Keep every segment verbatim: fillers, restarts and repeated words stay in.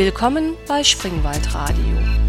Willkommen bei Springwald Radio.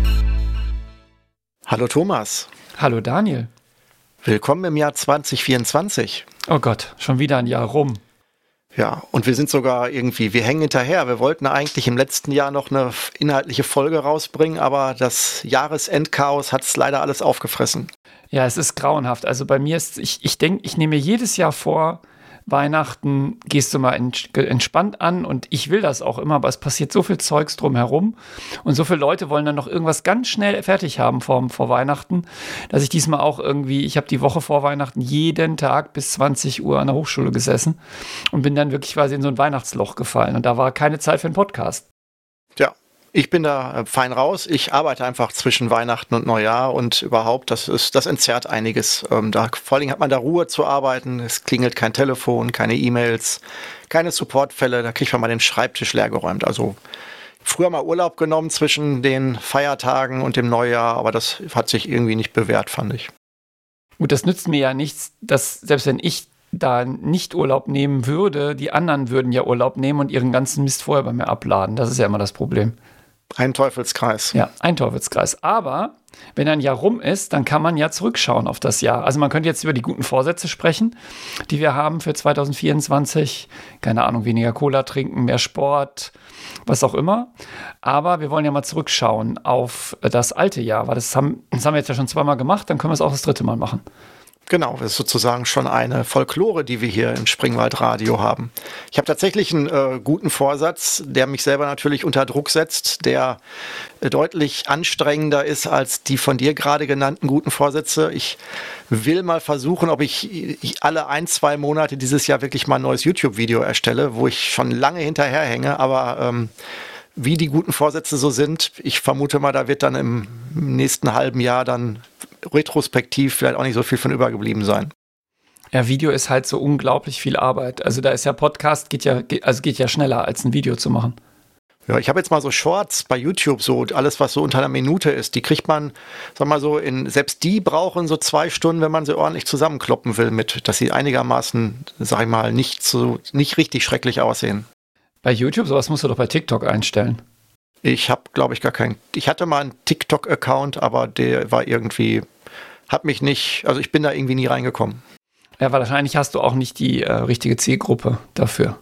Hallo Thomas. Hallo Daniel. Willkommen im Jahr zwanzig vierundzwanzig. Oh Gott, schon wieder ein Jahr rum. Ja, und wir sind sogar irgendwie, wir hängen hinterher. Wir wollten eigentlich im letzten Jahr noch eine inhaltliche Folge rausbringen, aber das Jahresendchaos hat es leider alles aufgefressen. Ja, es ist grauenhaft. Also bei mir ist, ich, ich denke, ich nehme mir jedes Jahr vor, Weihnachten gehst du mal entspannt an und ich will das auch immer, aber es passiert so viel Zeugs drumherum und so viele Leute wollen dann noch irgendwas ganz schnell fertig haben vor, vor Weihnachten, dass ich diesmal auch irgendwie, ich habe die Woche vor Weihnachten jeden Tag bis zwanzig Uhr an der Hochschule gesessen und bin dann wirklich quasi in so ein Weihnachtsloch gefallen und da war keine Zeit für einen Podcast. Ja. Ich bin da fein raus. Ich arbeite einfach zwischen Weihnachten und Neujahr und überhaupt, das ist, das entzerrt einiges. Ähm, da, vor allem hat man da Ruhe zu arbeiten. Es klingelt kein Telefon, keine E-Mails, keine Supportfälle. Da kriegt man mal den Schreibtisch leergeräumt. Also früher mal Urlaub genommen zwischen den Feiertagen und dem Neujahr, aber das hat sich irgendwie nicht bewährt, fand ich. Gut, das nützt mir ja nichts, dass selbst wenn ich da nicht Urlaub nehmen würde, die anderen würden ja Urlaub nehmen und ihren ganzen Mist vorher bei mir abladen. Das ist ja immer das Problem. Ein Teufelskreis. Ja, ein Teufelskreis. Aber wenn ein Jahr rum ist, dann kann man ja zurückschauen auf das Jahr. Also man könnte jetzt über die guten Vorsätze sprechen, die wir haben für zwanzig vierundzwanzig. Keine Ahnung, weniger Cola trinken, mehr Sport, was auch immer. Aber wir wollen ja mal zurückschauen auf das alte Jahr, weil das haben, das haben wir jetzt ja schon zweimal gemacht, dann können wir es auch das dritte Mal machen. Genau, das ist sozusagen schon eine Folklore, die wir hier im Springwald Radio haben. Ich habe tatsächlich einen äh, guten Vorsatz, der mich selber natürlich unter Druck setzt, der äh, deutlich anstrengender ist als die von dir gerade genannten guten Vorsätze. Ich will mal versuchen, ob ich, ich alle ein, zwei Monate dieses Jahr wirklich mal ein neues YouTube-Video erstelle, wo ich schon lange hinterherhänge, aber ähm, wie die guten Vorsätze so sind, ich vermute mal, da wird dann im nächsten halben Jahr dann retrospektiv vielleicht auch nicht so viel von übergeblieben sein. Ja, Video ist halt so unglaublich viel Arbeit. Also da ist ja Podcast, geht ja, also geht ja schneller, als ein Video zu machen. Ja, ich habe jetzt mal so Shorts bei YouTube, so alles, was so unter einer Minute ist, die kriegt man, sag mal so, in, selbst die brauchen so zwei Stunden, wenn man sie ordentlich zusammenkloppen will, mit, dass sie einigermaßen, sag ich mal, nicht so, nicht richtig schrecklich aussehen. Bei YouTube, sowas musst du doch bei TikTok einstellen. Ich habe, glaube ich, gar keinen. Ich hatte mal einen TikTok-Account, aber der war irgendwie, hat mich nicht, also ich bin da irgendwie nie reingekommen. Ja, wahrscheinlich hast du auch nicht die äh, richtige Zielgruppe dafür.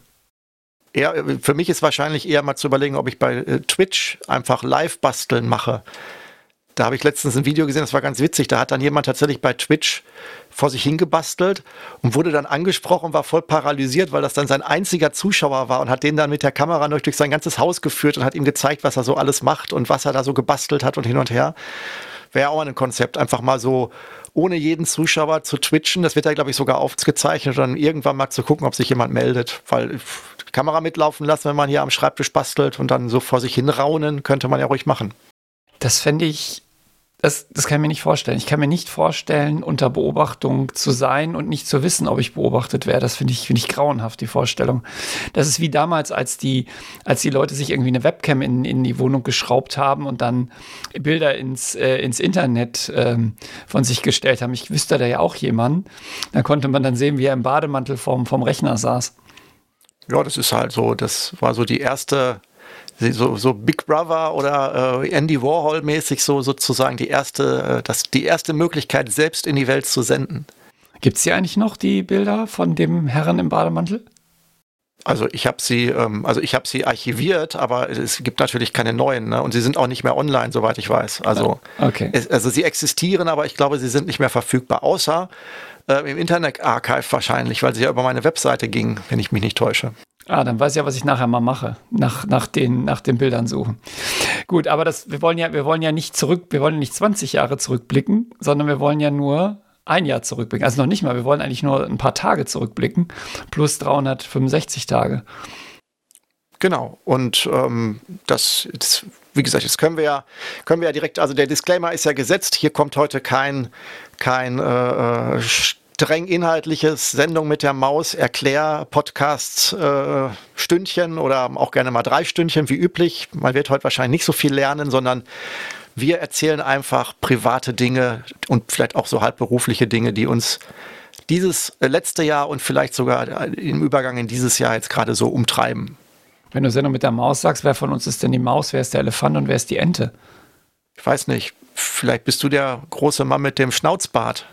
Ja, für mich ist wahrscheinlich eher mal zu überlegen, ob ich bei äh, Twitch einfach Live-Basteln mache. Da habe ich letztens ein Video gesehen, das war ganz witzig. Da hat dann jemand tatsächlich bei Twitch vor sich hingebastelt und wurde dann angesprochen, war voll paralysiert, weil das dann sein einziger Zuschauer war und hat den dann mit der Kamera durch, durch sein ganzes Haus geführt und hat ihm gezeigt, was er so alles macht und was er da so gebastelt hat und hin und her. Wäre auch mal ein Konzept, einfach mal so ohne jeden Zuschauer zu twitchen. Das wird da, glaube ich, sogar aufgezeichnet und dann irgendwann mal zu gucken, ob sich jemand meldet. Weil die Kamera mitlaufen lassen, wenn man hier am Schreibtisch bastelt und dann so vor sich hin raunen, könnte man ja ruhig machen. Das fände ich, das, das kann ich mir nicht vorstellen. Ich kann mir nicht vorstellen, unter Beobachtung zu sein und nicht zu wissen, ob ich beobachtet werde. Das finde ich, finde ich grauenhaft, die Vorstellung. Das ist wie damals, als die, als die Leute sich irgendwie eine Webcam in, in die Wohnung geschraubt haben und dann Bilder ins, äh, ins Internet ähm, von sich gestellt haben. Ich wüsste da ja auch jemanden. Da konnte man dann sehen, wie er im Bademantel vom, vom Rechner saß. Ja, das ist halt so, das war so die erste... So, so Big Brother oder äh, Andy Warhol-mäßig so sozusagen die erste, äh, das, die erste Möglichkeit, selbst in die Welt zu senden. Gibt es hier eigentlich noch die Bilder von dem Herrn im Bademantel? Also ich habe sie, ähm, also ich habe sie archiviert, aber es gibt natürlich keine neuen, ne? Und sie sind auch nicht mehr online, soweit ich weiß. Also, okay. es, also sie existieren, aber ich glaube, sie sind nicht mehr verfügbar, außer äh, im Internet-Archive wahrscheinlich, weil sie ja über meine Webseite ging, wenn ich mich nicht täusche. Ah, dann weiß ich ja, was ich nachher mal mache, nach, nach, den, nach den Bildern suchen. Gut, aber das, wir wollen ja, wir wollen ja nicht zurück, wir wollen ja nicht zwanzig Jahre zurückblicken, sondern wir wollen ja nur ein Jahr zurückblicken. Also noch nicht mal, wir wollen eigentlich nur ein paar Tage zurückblicken, plus dreihundertfünfundsechzig Tage. Genau, und ähm, das, das, wie gesagt, das können wir ja, können wir ja direkt, also der Disclaimer ist ja gesetzt, hier kommt heute kein, kein äh, streng inhaltliches Sendung mit der Maus, Erklär-Podcast äh, Stündchen oder auch gerne mal drei Stündchen wie üblich. Man wird heute wahrscheinlich nicht so viel lernen, sondern wir erzählen einfach private Dinge und vielleicht auch so halbberufliche Dinge, die uns dieses letzte Jahr und vielleicht sogar im Übergang in dieses Jahr jetzt gerade so umtreiben. Wenn du Sendung mit der Maus sagst, wer von uns ist denn die Maus, wer ist der Elefant und wer ist die Ente? Ich weiß nicht, vielleicht bist du der große Mann mit dem Schnauzbart.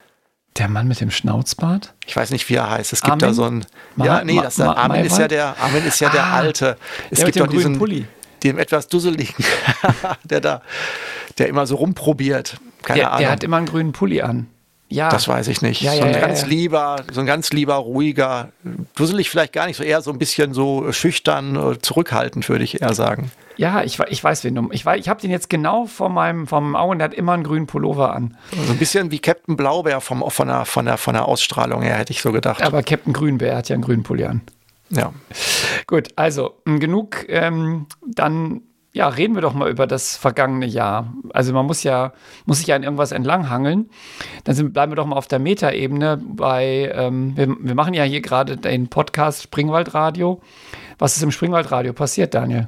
Der Mann mit dem Schnauzbart? Ich weiß nicht, wie er heißt. Es gibt Armin? da so ein... Ma- ja, nee, das, Ma- Ma- Armin, ist ja Maywald? der, Armin ist ja der Ah, Alte. Es der mit gibt dem doch diesen, grünen Pulli. dem etwas dusseligen, der da, der immer so rumprobiert. Keine Der, Ahnung. der hat immer einen grünen Pulli an. Ja. Das weiß ich nicht. Ja, so ja, ein ja, ganz ja. lieber, so ein ganz lieber, ruhiger, dusselig vielleicht gar nicht, so eher so ein bisschen so schüchtern, äh, zurückhaltend, würde ich eher sagen. Ja, ich, we- ich weiß, wen du. Ich, wei- ich habe den jetzt genau vor meinem, vor meinem Auge und der hat immer einen grünen Pullover an. So ein bisschen wie Captain Blaubeer vom, von, der, von, der, von der Ausstrahlung her, hätte ich so gedacht. Aber Captain Grünbär hat ja einen grünen Pulli an. Ja. Gut, also m, genug. Ähm, dann ja, reden wir doch mal über das vergangene Jahr. Also man muss ja, muss sich ja an irgendwas entlanghangeln. Dann sind, bleiben wir doch mal auf der Metaebene bei, ähm, wir, wir machen ja hier gerade den Podcast Springwaldradio. Was ist im Springwaldradio passiert, Daniel?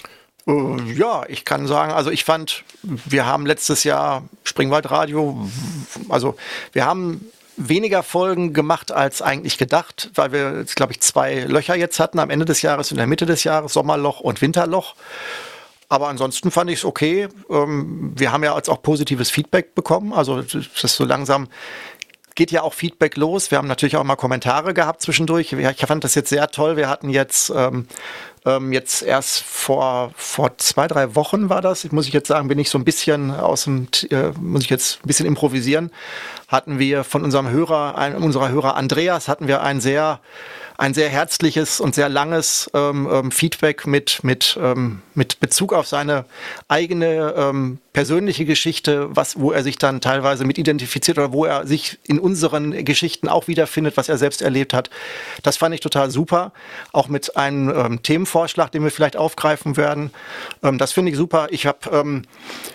Äh, Ja, ich kann sagen, also ich fand, wir haben letztes Jahr Springwaldradio, also wir haben weniger Folgen gemacht als eigentlich gedacht, weil wir jetzt, glaube ich, zwei Löcher jetzt hatten am Ende des Jahres und in der Mitte des Jahres, Sommerloch und Winterloch. Aber ansonsten fand ich es okay. Ähm, wir haben ja jetzt auch positives Feedback bekommen. Also das ist so langsam, geht ja auch Feedback los. Wir haben natürlich auch mal Kommentare gehabt zwischendurch. Ich fand das jetzt sehr toll. Wir hatten jetzt, ähm, ähm, jetzt erst vor, vor zwei, drei Wochen war das, muss ich jetzt sagen, bin ich so ein bisschen aus dem, äh, muss ich jetzt ein bisschen improvisieren, hatten wir von unserem Hörer, ein, unserer Hörer Andreas, hatten wir ein sehr ein sehr herzliches und sehr langes ähm, ähm, Feedback mit, mit, ähm, mit Bezug auf seine eigene ähm, persönliche Geschichte, was, wo er sich dann teilweise mit identifiziert oder wo er sich in unseren Geschichten auch wiederfindet, was er selbst erlebt hat. Das fand ich total super. Auch mit einem ähm, Themenvorschlag, den wir vielleicht aufgreifen werden. Ähm, das finde ich super. Ich habe ähm,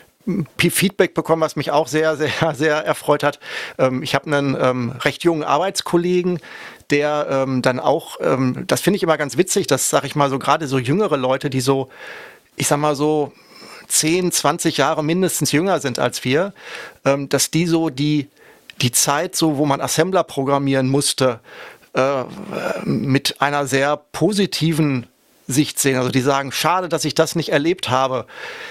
Feedback bekommen, was mich auch sehr, sehr, sehr erfreut hat. Ähm, ich habe einen ähm, recht jungen Arbeitskollegen, der ähm, dann auch, ähm, das finde ich immer ganz witzig, das sage ich mal so, gerade so jüngere Leute, die so, ich sag mal so zehn, zwanzig Jahre mindestens jünger sind als wir, ähm, dass die so die, die Zeit, so wo man Assembler programmieren musste, äh, mit einer sehr positiven Sicht sehen. Also die sagen, schade, dass ich das nicht erlebt habe.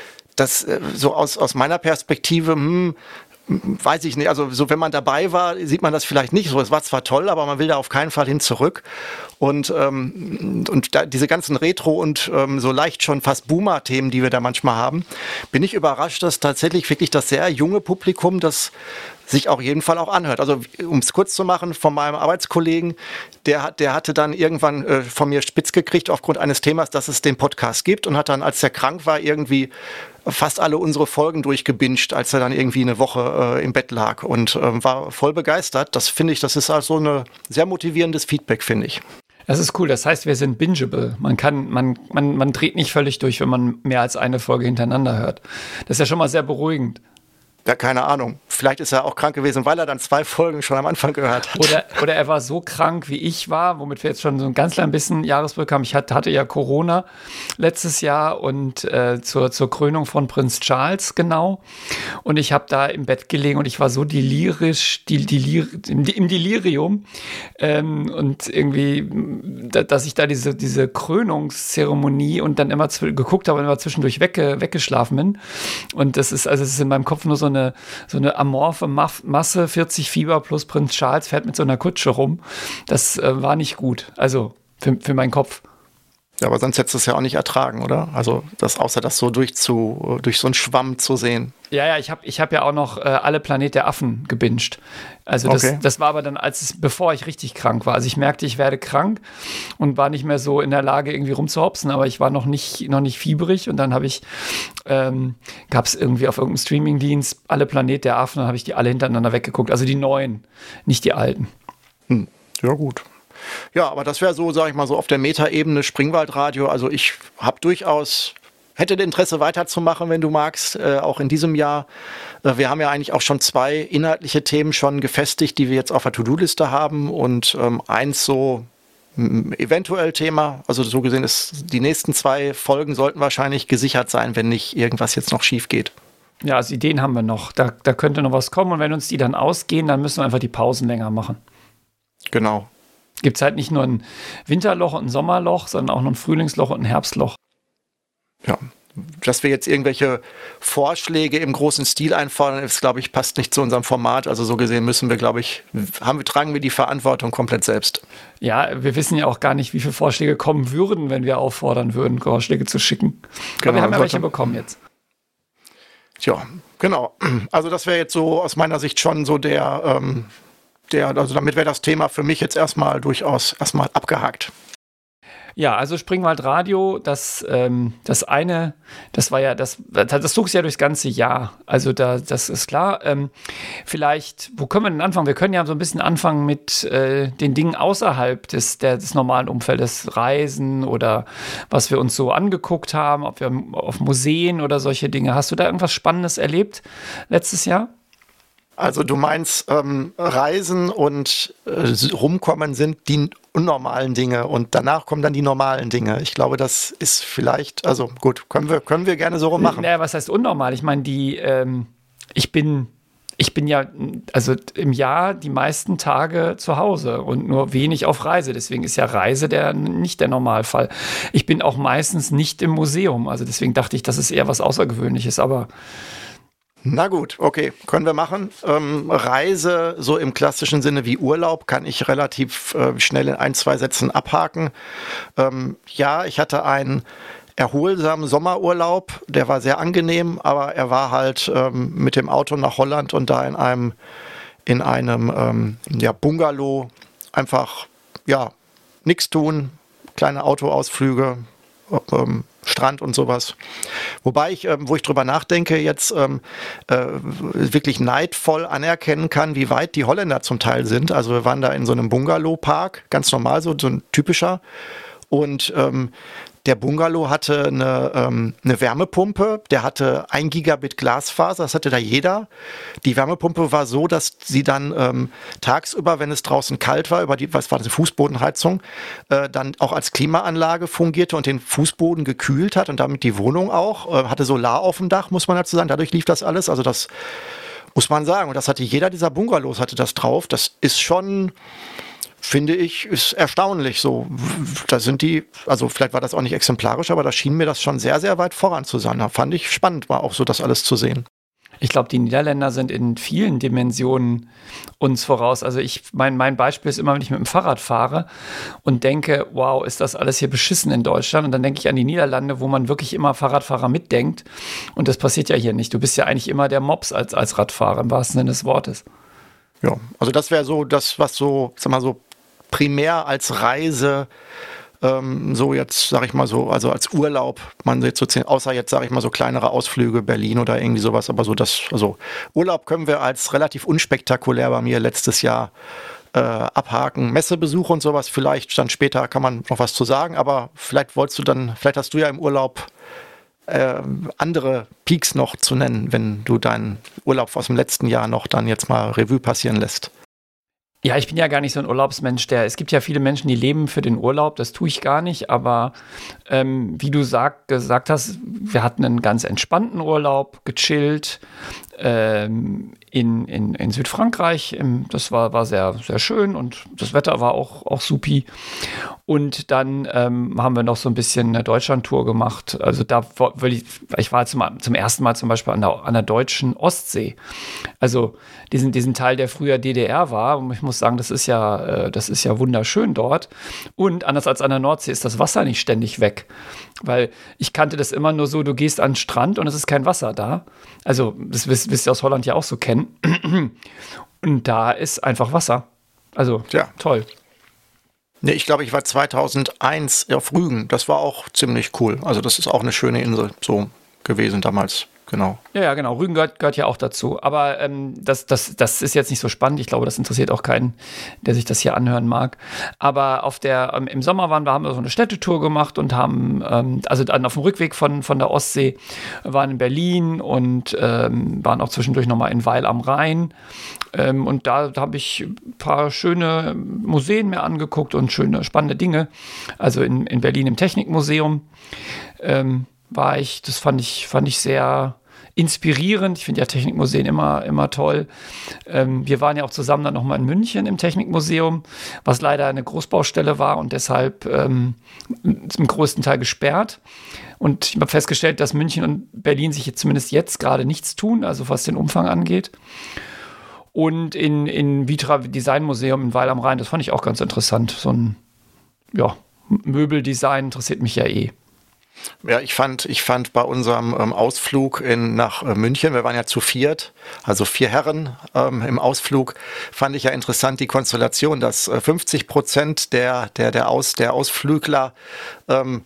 Das äh, so aus, aus meiner Perspektive, hm, weiß ich nicht, also so wenn man dabei war, sieht man das vielleicht nicht so. Es war zwar toll, aber man will da auf keinen Fall hin zurück. Und, ähm, und da, diese ganzen Retro- und ähm, so leicht schon fast Boomer-Themen, die wir da manchmal haben, bin ich überrascht, dass tatsächlich wirklich das sehr junge Publikum das sich auf jeden Fall auch anhört. Also um es kurz zu machen, von meinem Arbeitskollegen, der, hat, der hatte dann irgendwann äh, von mir spitz gekriegt aufgrund eines Themas, dass es den Podcast gibt und hat dann, als er krank war, irgendwie fast alle unsere Folgen durchgebinged, als er dann irgendwie eine Woche äh, im Bett lag und äh, war voll begeistert. Das finde ich, das ist also ein sehr motivierendes Feedback, finde ich. Das ist cool. Das heißt, wir sind bingeable. Man kann, man, man, man dreht nicht völlig durch, wenn man mehr als eine Folge hintereinander hört. Das ist ja schon mal sehr beruhigend. Ja, keine Ahnung. Vielleicht ist er auch krank gewesen, weil er dann zwei Folgen schon am Anfang gehört hat. Oder, oder er war so krank, wie ich war, womit wir jetzt schon so ein ganz klein bisschen Jahresbrücke haben. Ich hatte, hatte ja Corona letztes Jahr und äh, zur, zur Krönung von Prinz Charles, genau. Und ich habe da im Bett gelegen und ich war so delirisch, die, delir, im, im Delirium. Ähm, und irgendwie, da, dass ich da diese, diese Krönungszeremonie und dann immer geguckt habe und immer zwischendurch wegge, weggeschlafen bin. Und das ist, also es ist in meinem Kopf nur so eine, so eine amorphe Masse, vierzig Fieber plus Prinz Charles fährt mit so einer Kutsche rum. Das äh, war nicht gut. Also für, für meinen Kopf. Ja, aber sonst hättest du es ja auch nicht ertragen, oder? Also das, außer das so durch, zu, durch so einen Schwamm zu sehen. Ja, ja, ich habe ich hab ja auch noch äh, alle Planet der Affen gebinged. Also das, Okay. das war aber dann, als es, bevor ich richtig krank war. Also ich merkte, ich werde krank und war nicht mehr so in der Lage, irgendwie rumzuhopsen, aber ich war noch nicht, noch nicht fiebrig und dann habe ich, ähm, gab es irgendwie auf irgendeinem Streamingdienst alle Planet der Affen, dann habe ich die alle hintereinander weggeguckt. Also die neuen, nicht die alten. Hm. Ja, gut. Ja, aber das wäre so, sage ich mal, so auf der Metaebene Springwaldradio. Also ich habe durchaus, hätte das Interesse weiterzumachen, wenn du magst, äh, auch in diesem Jahr. Äh, wir haben ja eigentlich auch schon zwei inhaltliche Themen schon gefestigt, die wir jetzt auf der To-Do-Liste haben und ähm, eins so m, eventuell Thema, also so gesehen ist, die nächsten zwei Folgen sollten wahrscheinlich gesichert sein, wenn nicht irgendwas jetzt noch schief geht. Ja, also Ideen haben wir noch. Da, da könnte noch was kommen und wenn uns die dann ausgehen, dann müssen wir einfach die Pausen länger machen. Genau. Gibt es halt nicht nur ein Winterloch und ein Sommerloch, sondern auch noch ein Frühlingsloch und ein Herbstloch. Ja, dass wir jetzt irgendwelche Vorschläge im großen Stil einfordern, ist, glaube ich, passt nicht zu unserem Format. Also so gesehen müssen wir, glaube ich, haben, tragen wir die Verantwortung komplett selbst. Ja, wir wissen ja auch gar nicht, wie viele Vorschläge kommen würden, wenn wir auffordern würden, Vorschläge zu schicken. Genau, aber wir haben ja welche bekommen jetzt. Tja, genau. Also das wäre jetzt so aus meiner Sicht schon so der, ähm, der also damit wäre das Thema für mich jetzt erstmal durchaus erstmal abgehakt. Ja, also Springwald Radio, das, ähm, das eine, das war ja, das, das zog sich ja durchs ganze Jahr. Also da, das ist klar. Ähm, vielleicht, wo können wir denn anfangen? Wir können ja so ein bisschen anfangen mit äh, den Dingen außerhalb des, der, des normalen Umfeldes, Reisen oder was wir uns so angeguckt haben, ob wir auf Museen oder solche Dinge. Hast du da irgendwas Spannendes erlebt letztes Jahr? Also du meinst, ähm, Reisen und äh, rumkommen sind die unnormalen Dinge und danach kommen dann die normalen Dinge. Ich glaube, das ist vielleicht, also gut, können wir, können wir gerne so rum machen. Naja, was heißt unnormal? Ich meine, die, ähm, ich bin, ich bin ja, also im Jahr die meisten Tage zu Hause und nur wenig auf Reise. Deswegen ist ja Reise der, nicht der Normalfall. Ich bin auch meistens nicht im Museum. Also deswegen dachte ich, das ist eher was Außergewöhnliches, aber na gut, okay, können wir machen. Ähm, Reise, so im klassischen Sinne wie Urlaub, kann ich relativ äh, schnell in ein, zwei Sätzen abhaken. Ähm, ja, ich hatte einen erholsamen Sommerurlaub, der war sehr angenehm, aber er war halt ähm, mit dem Auto nach Holland und da in einem, in einem ähm, ja, Bungalow einfach, ja, nichts tun, kleine Autoausflüge, ähm, Strand und sowas. Wobei ich, ähm, wo ich drüber nachdenke, jetzt ähm, äh, wirklich neidvoll anerkennen kann, wie weit die Holländer zum Teil sind. Also wir waren da in so einem Bungalow-Park, ganz normal, so, so ein typischer. Und ähm, der Bungalow hatte eine, ähm, eine Wärmepumpe, der hatte ein Gigabit Glasfaser, das hatte da jeder. Die Wärmepumpe war so, dass sie dann ähm, tagsüber, wenn es draußen kalt war, über die, was war das, eine Fußbodenheizung, äh, dann auch als Klimaanlage fungierte und den Fußboden gekühlt hat und damit die Wohnung auch. Äh, hatte Solar auf dem Dach, muss man dazu sagen, dadurch lief das alles. Also das muss man sagen. Und das hatte jeder dieser Bungalows, hatte das drauf. Das ist schon, finde ich, ist erstaunlich so. Da sind die, also vielleicht war das auch nicht exemplarisch, aber da schien mir das schon sehr, sehr weit voran zu sein. Da fand ich spannend, war auch so das alles zu sehen. Ich glaube, die Niederländer sind in vielen Dimensionen uns voraus. Also ich, mein, mein Beispiel ist immer, wenn ich mit dem Fahrrad fahre und denke, wow, ist das alles hier beschissen in Deutschland? Und dann denke ich an die Niederlande, wo man wirklich immer Fahrradfahrer mitdenkt. Und das passiert ja hier nicht. Du bist ja eigentlich immer der Mops als, als Radfahrer, im wahrsten Sinne des Wortes. Ja, also das wäre so das, was so, sag mal so, primär als Reise, ähm, so jetzt, sag ich mal so, also als Urlaub, man jetzt so zehn, außer jetzt, sag ich mal so kleinere Ausflüge, Berlin oder irgendwie sowas, aber so das, also Urlaub können wir als relativ unspektakulär bei mir letztes Jahr äh, abhaken. Messebesuch und sowas, vielleicht dann später kann man noch was zu sagen, aber vielleicht wolltest du dann, vielleicht hast du ja im Urlaub äh, andere Peaks noch zu nennen, wenn du deinen Urlaub aus dem letzten Jahr noch dann jetzt mal Revue passieren lässt. Ja, ich bin ja gar nicht so ein Urlaubsmensch, der, es gibt ja viele Menschen, die leben für den Urlaub, das tue ich gar nicht, aber ähm, wie du sag, gesagt hast, wir hatten einen ganz entspannten Urlaub, gechillt, ähm, in, in, in Südfrankreich, im, das war, war sehr, sehr schön und das Wetter war auch, auch supi. Und dann ähm, haben wir noch so ein bisschen eine Deutschlandtour gemacht. Also da will ich, ich war zum, zum ersten Mal zum Beispiel an der, an der deutschen Ostsee. Also diesen, diesen Teil, der früher D D R war. Und ich muss sagen, das ist ja, äh, das ist ja wunderschön dort. Und anders als an der Nordsee ist das Wasser nicht ständig weg. Weil ich kannte das immer nur so, du gehst an den Strand und es ist kein Wasser da. Also das wisst, wisst ihr aus Holland ja auch so kennen. Und da ist einfach Wasser. Also ja, toll. Nee, ich glaube, ich war zweitausendeins auf Rügen. Das war auch ziemlich cool. Also das ist auch eine schöne Insel so gewesen damals. Genau. Ja, ja, genau. Rügen gehört, gehört ja auch dazu. Aber ähm, das, das, das ist jetzt nicht so spannend. Ich glaube, das interessiert auch keinen, der sich das hier anhören mag. Aber auf der, ähm, im Sommer waren wir, haben wir so eine Städtetour gemacht und haben, ähm, also dann auf dem Rückweg von, von der Ostsee, waren in Berlin und ähm, waren auch zwischendurch nochmal in Weil am Rhein. Ähm, und da, da habe ich ein paar schöne Museen mir angeguckt und schöne, spannende Dinge. Also in, in Berlin im Technikmuseum. Ähm, war ich, das fand ich, fand ich sehr inspirierend. Ich finde ja Technikmuseen immer, immer toll. Ähm, wir waren ja auch zusammen dann nochmal in München im Technikmuseum, was leider eine Großbaustelle war und deshalb ähm, zum größten Teil gesperrt. Und ich habe festgestellt, dass München und Berlin sich jetzt zumindest jetzt gerade nichts tun, also was den Umfang angeht. Und in, in Vitra Design Museum in Weil am Rhein, das fand ich auch ganz interessant. So ein ja, Möbeldesign interessiert mich ja eh. Ja, ich fand, ich fand bei unserem ähm, Ausflug in, nach äh, München, wir waren ja zu viert, also vier Herren ähm, im Ausflug, fand ich ja interessant die Konstellation, dass äh, fünfzig Prozent der, der, der, Aus, der Ausflügler ähm,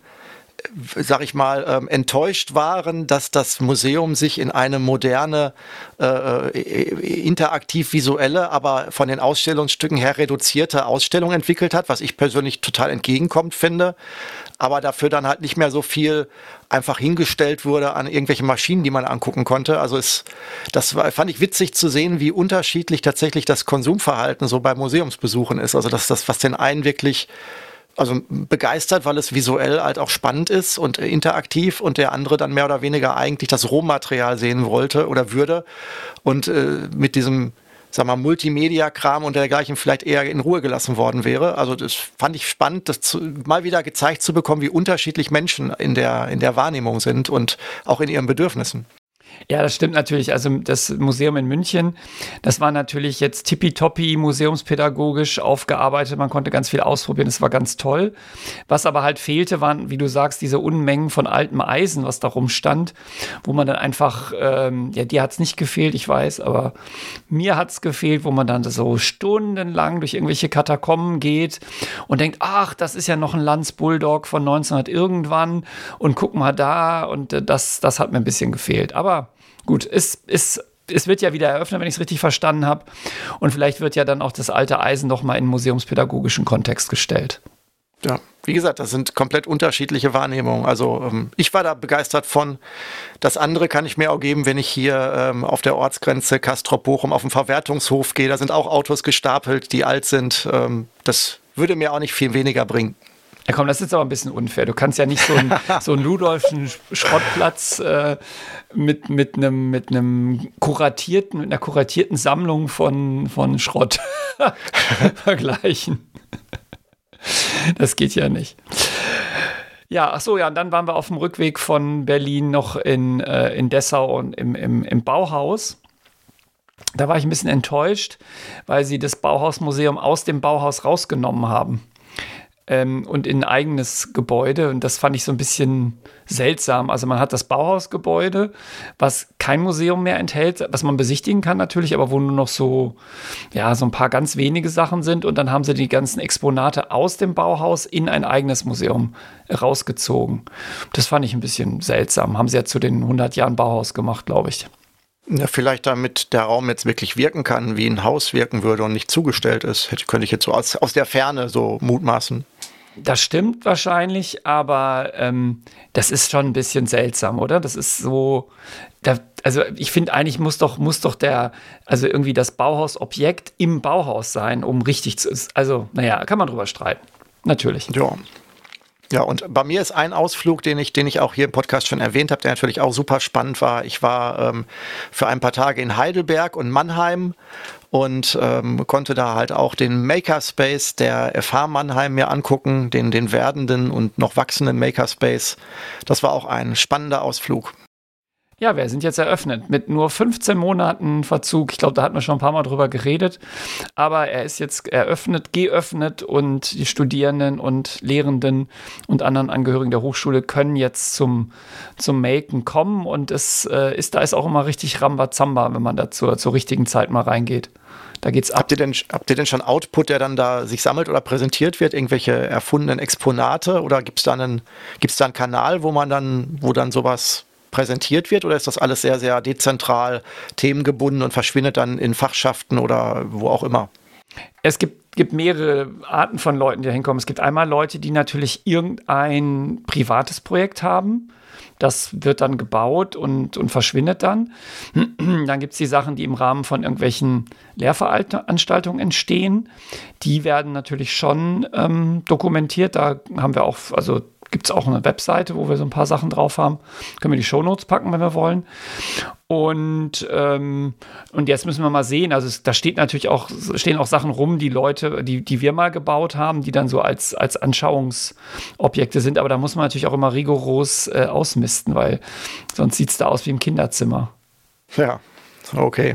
sag ich mal, ähm, enttäuscht waren, dass das Museum sich in eine moderne, äh, interaktiv visuelle, aber von den Ausstellungsstücken her reduzierte Ausstellung entwickelt hat, was ich persönlich total entgegenkommend finde, aber dafür dann halt nicht mehr so viel einfach hingestellt wurde an irgendwelche Maschinen, die man angucken konnte. Also es, das war, fand ich witzig zu sehen, wie unterschiedlich tatsächlich das Konsumverhalten so bei Museumsbesuchen ist. Also dass das, was den einen wirklich also begeistert, weil es visuell halt auch spannend ist und interaktiv und der andere dann mehr oder weniger eigentlich das Rohmaterial sehen wollte oder würde und äh, mit diesem, sag mal, Multimedia-Kram und dergleichen vielleicht eher in Ruhe gelassen worden wäre. Also das fand ich spannend, das zu, mal wieder gezeigt zu bekommen, wie unterschiedlich Menschen in der, in der Wahrnehmung sind und auch in ihren Bedürfnissen. Ja, das stimmt natürlich. Also das Museum in München, das war natürlich jetzt tippitoppi museumspädagogisch aufgearbeitet. Man konnte ganz viel ausprobieren. Das war ganz toll. Was aber halt fehlte, waren, wie du sagst, diese Unmengen von altem Eisen, was da rumstand, wo man dann einfach, ähm, ja, dir hat es nicht gefehlt, ich weiß, aber mir hat es gefehlt, wo man dann so stundenlang durch irgendwelche Katakomben geht und denkt, ach, das ist ja noch ein Lanz Bulldog von neunzehnhundert irgendwann und guck mal da und äh, das, das hat mir ein bisschen gefehlt. Aber gut, es, es, es wird ja wieder eröffnet, wenn ich es richtig verstanden habe. Und vielleicht wird ja dann auch das alte Eisen noch mal in museumspädagogischen Kontext gestellt. Ja, wie gesagt, das sind komplett unterschiedliche Wahrnehmungen. Also ähm, ich war da begeistert von. Das andere kann ich mir auch geben, wenn ich hier ähm, auf der Ortsgrenze Castrop-Bochum auf den Verwertungshof gehe. Da sind auch Autos gestapelt, die alt sind. Ähm, das würde mir auch nicht viel weniger bringen. Ja komm, das ist aber ein bisschen unfair. Du kannst ja nicht so einen so einen Ludolfschen Schrottplatz äh, mit, mit einem mit einem kuratierten, mit einer kuratierten Sammlung von, von Schrott vergleichen. Das geht ja nicht. Ja, ach so, ja, und dann waren wir auf dem Rückweg von Berlin noch in, äh, in Dessau und im, im, im Bauhaus. Da war ich ein bisschen enttäuscht, weil sie das Bauhausmuseum aus dem Bauhaus rausgenommen haben. Ähm, und in ein eigenes Gebäude. Und das fand ich so ein bisschen seltsam. Also man hat das Bauhausgebäude, was kein Museum mehr enthält, was man besichtigen kann natürlich, aber wo nur noch so, ja, so ein paar ganz wenige Sachen sind. Und dann haben sie die ganzen Exponate aus dem Bauhaus in ein eigenes Museum rausgezogen. Das fand ich ein bisschen seltsam. Haben sie ja zu den hundert Jahren Bauhaus gemacht, glaube ich. Ja, vielleicht damit der Raum jetzt wirklich wirken kann, wie ein Haus wirken würde und nicht zugestellt ist. Hätte, könnte ich jetzt so aus, aus der Ferne so mutmaßen. Das stimmt wahrscheinlich, aber ähm, das ist schon ein bisschen seltsam, oder? Das ist so, da, also ich finde eigentlich muss doch, muss doch der, also irgendwie das Bauhausobjekt im Bauhaus sein, um richtig zu, also naja, kann man drüber streiten, natürlich. Ja. Ja, und bei mir ist ein Ausflug, den ich, den ich auch hier im Podcast schon erwähnt habe, der natürlich auch super spannend war. Ich war ähm, für ein paar Tage in Heidelberg und Mannheim und ähm, konnte da halt auch den Makerspace der F H Mannheim mir angucken, den, den werdenden und noch wachsenden Makerspace. Das war auch ein spannender Ausflug. Ja, wir sind jetzt eröffnet mit nur fünfzehn Monaten Verzug. Ich glaube, da hatten wir schon ein paar Mal drüber geredet. Aber er ist jetzt eröffnet, geöffnet und die Studierenden und Lehrenden und anderen Angehörigen der Hochschule können jetzt zum, zum Maken kommen. Und es äh, ist, da ist auch immer richtig Rambazamba, wenn man da zur, zur richtigen Zeit mal reingeht. Da geht's ab. Habt ihr denn, habt ihr denn schon Output, der dann da sich sammelt oder präsentiert wird? Irgendwelche erfundenen Exponate? Oder gibt es da einen, gibt's da einen Kanal, wo man dann, wo dann sowas präsentiert wird, oder ist das alles sehr, sehr dezentral, themengebunden und verschwindet dann in Fachschaften oder wo auch immer? Es gibt, gibt mehrere Arten von Leuten, die da hinkommen. Es gibt einmal Leute, die natürlich irgendein privates Projekt haben. Das wird dann gebaut und, und verschwindet dann. Dann gibt es die Sachen, die im Rahmen von irgendwelchen Lehrveranstaltungen entstehen. Die werden natürlich schon ähm, dokumentiert. Da haben wir auch, also gibt es auch eine Webseite, wo wir so ein paar Sachen drauf haben. Können wir die Shownotes packen, wenn wir wollen. Und, ähm, und jetzt müssen wir mal sehen, also es, da steht natürlich auch, stehen auch Sachen rum, die Leute, die, die wir mal gebaut haben, die dann so als, als Anschauungsobjekte sind. Aber da muss man natürlich auch immer rigoros äh, ausmisten, weil sonst sieht es da aus wie im Kinderzimmer. Ja, okay.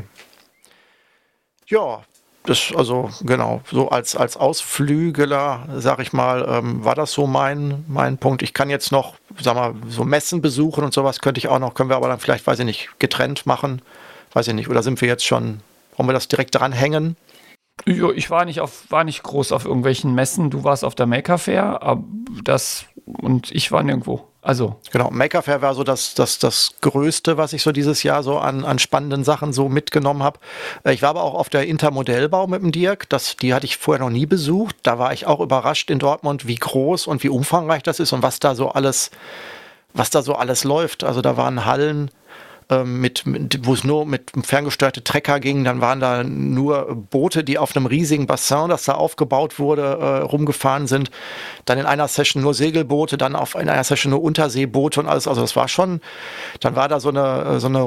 Ja, das, also genau, so als, als Ausflügeler, sag ich mal, ähm, war das so mein, mein Punkt. Ich kann jetzt noch, sag mal, so Messen besuchen und sowas könnte ich auch noch, können wir aber dann vielleicht, weiß ich nicht, getrennt machen, weiß ich nicht, oder sind wir jetzt schon, wollen wir das direkt dran hängen? Ja, ich war nicht auf, war nicht groß auf irgendwelchen Messen, du warst auf der Maker Faire, aber das, und ich war nirgendwo. Also. Genau, Maker Faire war so das, das, das Größte, was ich so dieses Jahr so an, an spannenden Sachen so mitgenommen habe. Ich war aber auch auf der Intermodellbau mit dem Dirk. Das, die hatte ich vorher noch nie besucht. Da war ich auch überrascht in Dortmund, wie groß und wie umfangreich das ist und was da so alles, was da so alles läuft. Also da waren Hallen, Mit, mit, wo es nur mit ferngesteuerte Trecker ging, dann waren da nur Boote, die auf einem riesigen Bassin, das da aufgebaut wurde, äh, rumgefahren sind. Dann in einer Session nur Segelboote, dann auf in einer Session nur Unterseeboote und alles. Also das war schon, dann war da so eine, so eine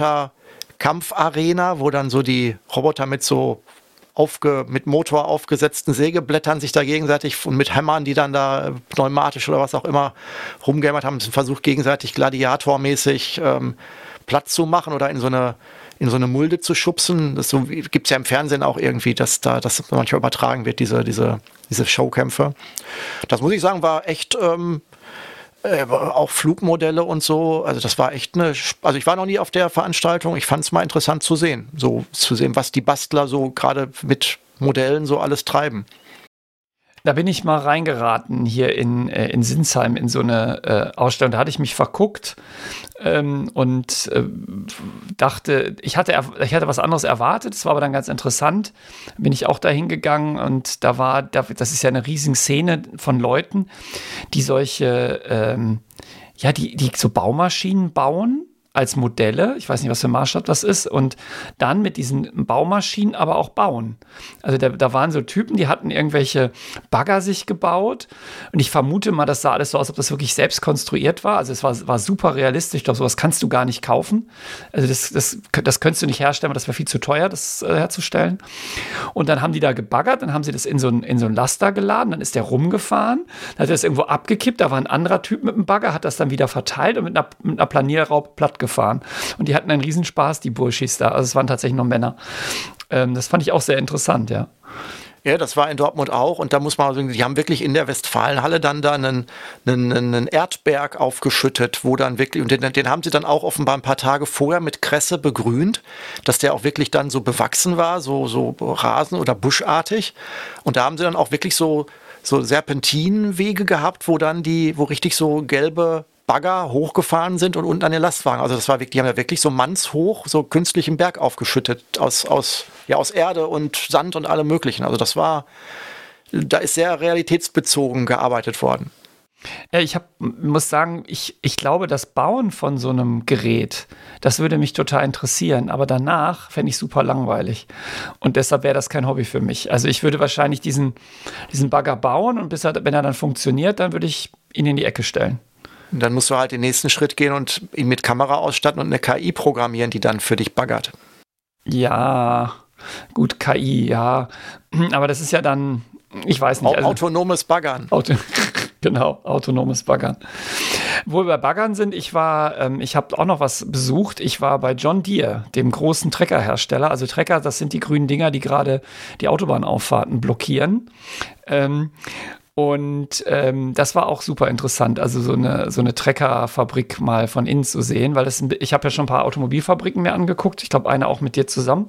Roboter-Kampfarena, wo dann so die Roboter mit so Aufge, mit Motor aufgesetzten Sägeblättern sich da gegenseitig und mit Hämmern, die dann da pneumatisch oder was auch immer rumgehammert haben, versucht gegenseitig gladiatormäßig ähm, Platz zu machen oder in so eine in so eine Mulde zu schubsen. Das so, gibt es ja im Fernsehen auch irgendwie, dass da das manchmal übertragen wird, diese, diese, diese Showkämpfe. Das muss ich sagen, war echt ähm, äh, auch Flugmodelle und so. Also das war echt eine, also ich war noch nie auf der Veranstaltung. Ich fand es mal interessant zu sehen, so zu sehen, was die Bastler so gerade mit Modellen so alles treiben. Da bin ich mal reingeraten hier in, äh, in Sinsheim in so eine äh, Ausstellung. Da hatte ich mich verguckt ähm, und äh, dachte, ich hatte, ich hatte was anderes erwartet. Das war aber dann ganz interessant. Bin ich auch da hingegangen und da war, das ist ja eine riesige Szene von Leuten, die solche, ähm, ja, die, die so Baumaschinen bauen. Als Modelle, ich weiß nicht, was für ein Maßstab das ist, und dann mit diesen Baumaschinen aber auch bauen. Also da, da waren so Typen, die hatten irgendwelche Bagger sich gebaut und ich vermute mal, das sah alles so aus, als ob das wirklich selbst konstruiert war. Also es war, war super realistisch, doch sowas kannst du gar nicht kaufen. Also das, das, das könntest du nicht herstellen, weil das wäre viel zu teuer, das äh, herzustellen. Und dann haben die da gebaggert, dann haben sie das in so ein, in so ein Laster geladen, dann ist der rumgefahren, dann hat er das irgendwo abgekippt, da war ein anderer Typ mit einem Bagger, hat das dann wieder verteilt und mit einer, mit einer Planierraupe platt gefahren. Und die hatten einen Riesenspaß, die Burschis da. Also es waren tatsächlich nur Männer. Ähm, das fand ich auch sehr interessant, ja. Ja, das war in Dortmund auch. Und da muss man sagen, die haben wirklich in der Westfalenhalle dann da einen, einen, einen Erdberg aufgeschüttet, wo dann wirklich, und den, den haben sie dann auch offenbar ein paar Tage vorher mit Kresse begrünt, dass der auch wirklich dann so bewachsen war, so, so Rasen- oder buschartig. Und da haben sie dann auch wirklich so, so Serpentinenwege gehabt, wo dann die, wo richtig so gelbe Bagger hochgefahren sind und unten an den Lastwagen. Also das war wirklich, die haben ja wirklich so mannshoch so künstlichen Berg aufgeschüttet aus, aus, ja, aus Erde und Sand und allem Möglichen. Also das war, da ist sehr realitätsbezogen gearbeitet worden. Ja, ich hab, muss sagen, ich, ich glaube, das Bauen von so einem Gerät, das würde mich total interessieren, aber danach fände ich super langweilig. Und deshalb wäre das kein Hobby für mich. Also ich würde wahrscheinlich diesen, diesen Bagger bauen und bis er, wenn er dann funktioniert, dann würde ich ihn in die Ecke stellen. Und dann musst du halt den nächsten Schritt gehen und ihn mit Kamera ausstatten und eine K I programmieren, die dann für dich baggert. Ja, gut, K I, ja. Aber das ist ja dann, ich weiß nicht. Also, autonomes Baggern. Auto, genau, autonomes Baggern. Wo wir bei Baggern sind, ich war, ähm, ich habe auch noch was besucht. Ich war bei John Deere, dem großen Treckerhersteller. Also Trecker, das sind die grünen Dinger, die gerade die Autobahnauffahrten blockieren. Ähm, Und ähm, das war auch super interessant, also so eine, so eine Treckerfabrik mal von innen zu sehen, weil das, ich habe ja schon ein paar Automobilfabriken mir angeguckt, ich glaube eine auch mit dir zusammen.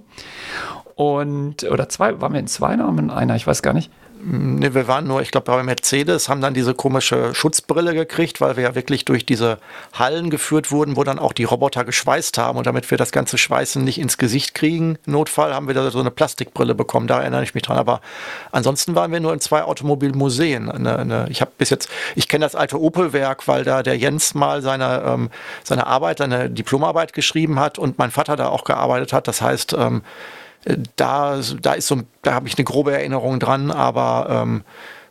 Und, oder zwei, waren wir in zwei oder in einer, ich weiß gar nicht. Ne, wir waren nur, ich glaube, bei Mercedes, haben dann diese komische Schutzbrille gekriegt, weil wir ja wirklich durch diese Hallen geführt wurden, wo dann auch die Roboter geschweißt haben. Und damit wir das ganze Schweißen nicht ins Gesicht kriegen, im Notfall, haben wir da so eine Plastikbrille bekommen. Da erinnere ich mich dran. Aber ansonsten waren wir nur in zwei Automobilmuseen. Eine, eine, ich habe bis jetzt, ich kenne das alte Opel-Werk, weil da der Jens mal seine, ähm, seine Arbeit, seine Diplomarbeit geschrieben hat und mein Vater da auch gearbeitet hat. Das heißt, ähm, Da, da ist so, da habe ich eine grobe Erinnerung dran, aber ähm,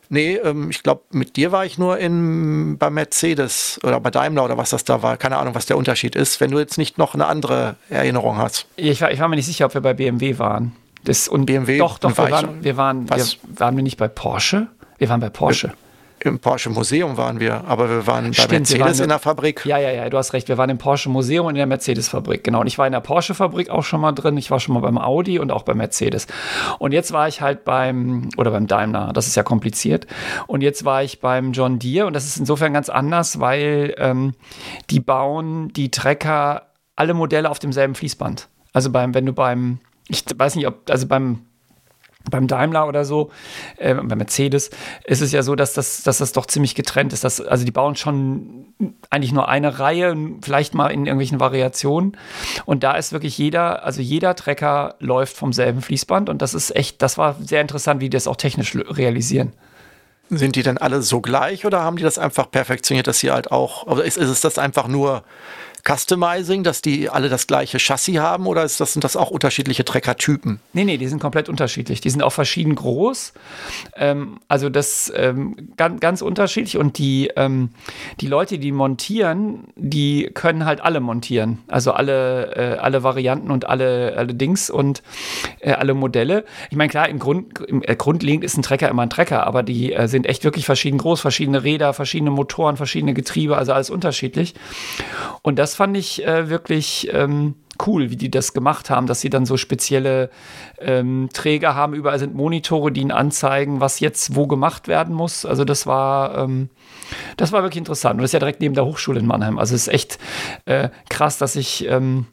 Nee, ähm, ich glaube, mit dir war ich nur in, bei Mercedes oder bei Daimler oder was das da war. Keine Ahnung, was der Unterschied ist, wenn du jetzt nicht noch eine andere Erinnerung hast. Ich war, ich war mir nicht sicher, ob wir bei B M W waren. Das, und B M W? Doch, doch, war wir waren, wir waren, wir, waren wir nicht bei Porsche? Wir waren bei Porsche. Im Porsche Museum waren wir, aber wir waren bei Stimmt, Mercedes wir waren in der Fabrik. Ja, ja, ja, du hast recht. Wir waren im Porsche Museum und in der Mercedes Fabrik. Genau. Und ich war in der Porsche Fabrik auch schon mal drin. Ich war schon mal beim Audi und auch bei Mercedes. Und jetzt war ich halt beim, oder beim Daimler. Das ist ja kompliziert. Und jetzt war ich beim John Deere. Und das ist insofern ganz anders, weil ähm, die bauen die Trecker, alle Modelle auf demselben Fließband. Also beim, wenn du beim, ich weiß nicht, ob, also beim Beim Daimler oder so, äh, bei Mercedes, ist es ja so, dass das, dass das doch ziemlich getrennt ist. Dass, also die bauen schon eigentlich nur eine Reihe, vielleicht mal in irgendwelchen Variationen. Und da ist wirklich jeder, also jeder Trecker läuft vom selben Fließband. Und das ist echt, das war sehr interessant, wie die das auch technisch realisieren. Sind die denn alle so gleich oder haben die das einfach perfektioniert, dass sie halt auch, oder ist, ist es das einfach nur Customizing, dass die alle das gleiche Chassis haben oder ist das, sind das auch unterschiedliche Treckertypen? Nee, nee, die sind komplett unterschiedlich. Die sind auch verschieden groß. Ähm, also das ähm, ganz, ganz unterschiedlich. Und die, ähm, die Leute, die montieren, die können halt alle montieren. Also alle, äh, alle Varianten und alle, alle Dings und äh, alle Modelle. Ich meine, klar, im Grund, im, äh, grundlegend ist ein Trecker immer ein Trecker, aber die äh, sind echt wirklich verschieden groß. Verschiedene Räder, verschiedene Motoren, verschiedene Getriebe, also alles unterschiedlich. Und das fand ich äh, wirklich ähm, cool, wie die das gemacht haben, dass sie dann so spezielle ähm, Träger haben. Überall sind Monitore, die ihnen anzeigen, was jetzt wo gemacht werden muss. Also das war, ähm, das war wirklich interessant. Und das ist ja direkt neben der Hochschule in Mannheim. Also es ist echt äh, krass, dass ich ähm,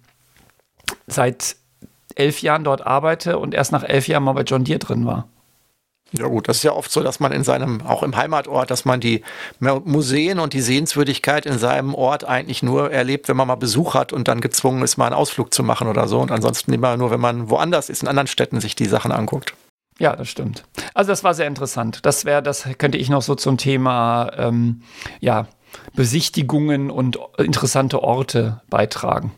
seit elf Jahren dort arbeite und erst nach elf Jahren mal bei John Deere drin war. Ja gut, das ist ja oft so, dass man in seinem, auch im Heimatort, dass man die Museen und die Sehenswürdigkeit in seinem Ort eigentlich nur erlebt, wenn man mal Besuch hat und dann gezwungen ist, mal einen Ausflug zu machen oder so. Und ansonsten immer nur, wenn man woanders ist, in anderen Städten sich die Sachen anguckt. Ja, das stimmt. Also das war sehr interessant. Das wäre, das könnte ich noch so zum Thema ähm, ja, Besichtigungen und interessante Orte beitragen.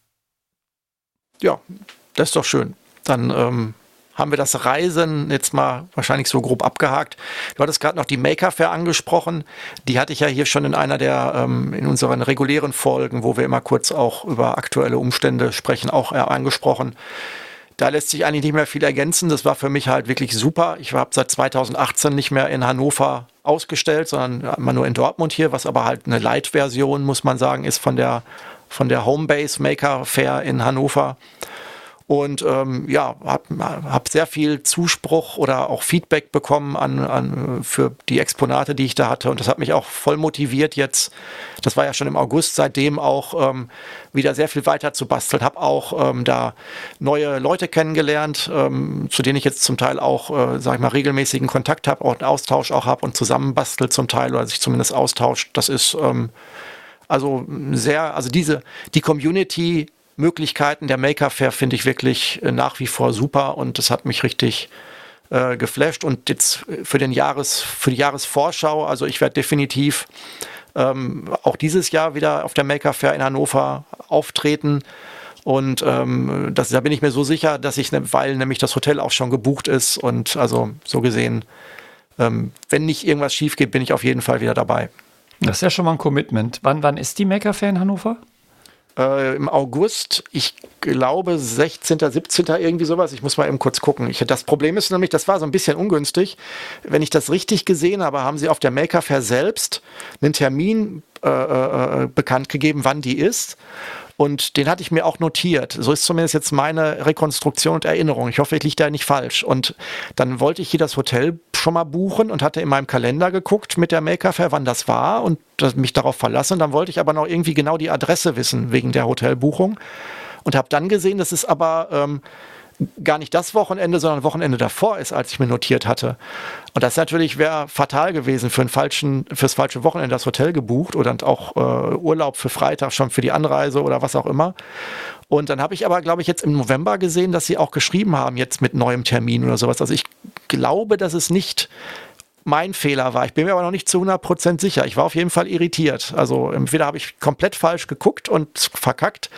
Ja, das ist doch schön. Dann ähm haben wir das Reisen jetzt mal wahrscheinlich so grob abgehakt. Du hattest gerade noch die Maker Faire angesprochen. Die hatte ich ja hier schon in einer der, ähm, in unseren regulären Folgen, wo wir immer kurz auch über aktuelle Umstände sprechen, auch äh, angesprochen. Da lässt sich eigentlich nicht mehr viel ergänzen. Das war für mich halt wirklich super. Ich habe seit zweitausendachtzehn nicht mehr in Hannover ausgestellt, sondern immer nur in Dortmund hier, was aber halt eine Light-Version, muss man sagen, ist von der, von der Homebase Maker Faire in Hannover. Und ähm, ja, habe hab sehr viel Zuspruch oder auch Feedback bekommen an, an, für die Exponate, die ich da hatte. Und das hat mich auch voll motiviert jetzt, das war ja schon im August, seitdem auch ähm, wieder sehr viel weiter zu basteln. Habe auch ähm, da neue Leute kennengelernt, ähm, zu denen ich jetzt zum Teil auch, äh, sag ich mal, regelmäßigen Kontakt habe, auch einen Austausch auch habe und zusammenbastelt zum Teil oder sich zumindest austauscht. Das ist ähm, also sehr, also diese, die Community Möglichkeiten der Maker Faire finde ich wirklich äh, nach wie vor super und das hat mich richtig äh, geflasht. Und jetzt für den Jahres, für die Jahresvorschau, also ich werde definitiv ähm, auch dieses Jahr wieder auf der Maker Faire in Hannover auftreten. Und ähm, das, da bin ich mir so sicher, dass ich, ne, weil nämlich das Hotel auch schon gebucht ist und also so gesehen, ähm, wenn nicht irgendwas schief geht, bin ich auf jeden Fall wieder dabei. Das ist ja schon mal ein Commitment. Wann, wann ist die Maker Faire in Hannover? Äh, im August, ich glaube sechzehnten, siebzehnten irgendwie sowas. Ich muss mal eben kurz gucken. Ich, das Problem ist nämlich, das war so ein bisschen ungünstig. Wenn ich das richtig gesehen habe, haben sie auf der Maker Faire selbst einen Termin äh, äh, bekannt gegeben, wann die ist. Und den hatte ich mir auch notiert. So ist zumindest jetzt meine Rekonstruktion und Erinnerung. Ich hoffe, ich liege da nicht falsch. Und dann wollte ich hier das Hotel schon mal buchen und hatte in meinem Kalender geguckt mit der Maker Faire, wann das war und mich darauf verlassen. Dann wollte ich aber noch irgendwie genau die Adresse wissen wegen der Hotelbuchung und habe dann gesehen, dass es aber ähm, gar nicht das Wochenende, sondern Wochenende davor ist, als ich mir notiert hatte. Und das natürlich wäre fatal gewesen für einen falschen, fürs falsche Wochenende das Hotel gebucht oder auch äh, Urlaub für Freitag schon für die Anreise oder was auch immer. Und dann habe ich aber, glaube ich, jetzt im November gesehen, dass sie auch geschrieben haben, jetzt mit neuem Termin oder sowas. Also ich glaube, dass es nicht mein Fehler war. Ich bin mir aber noch nicht zu hundert Prozent sicher. Ich war auf jeden Fall irritiert. Also entweder habe ich komplett falsch geguckt und verkackt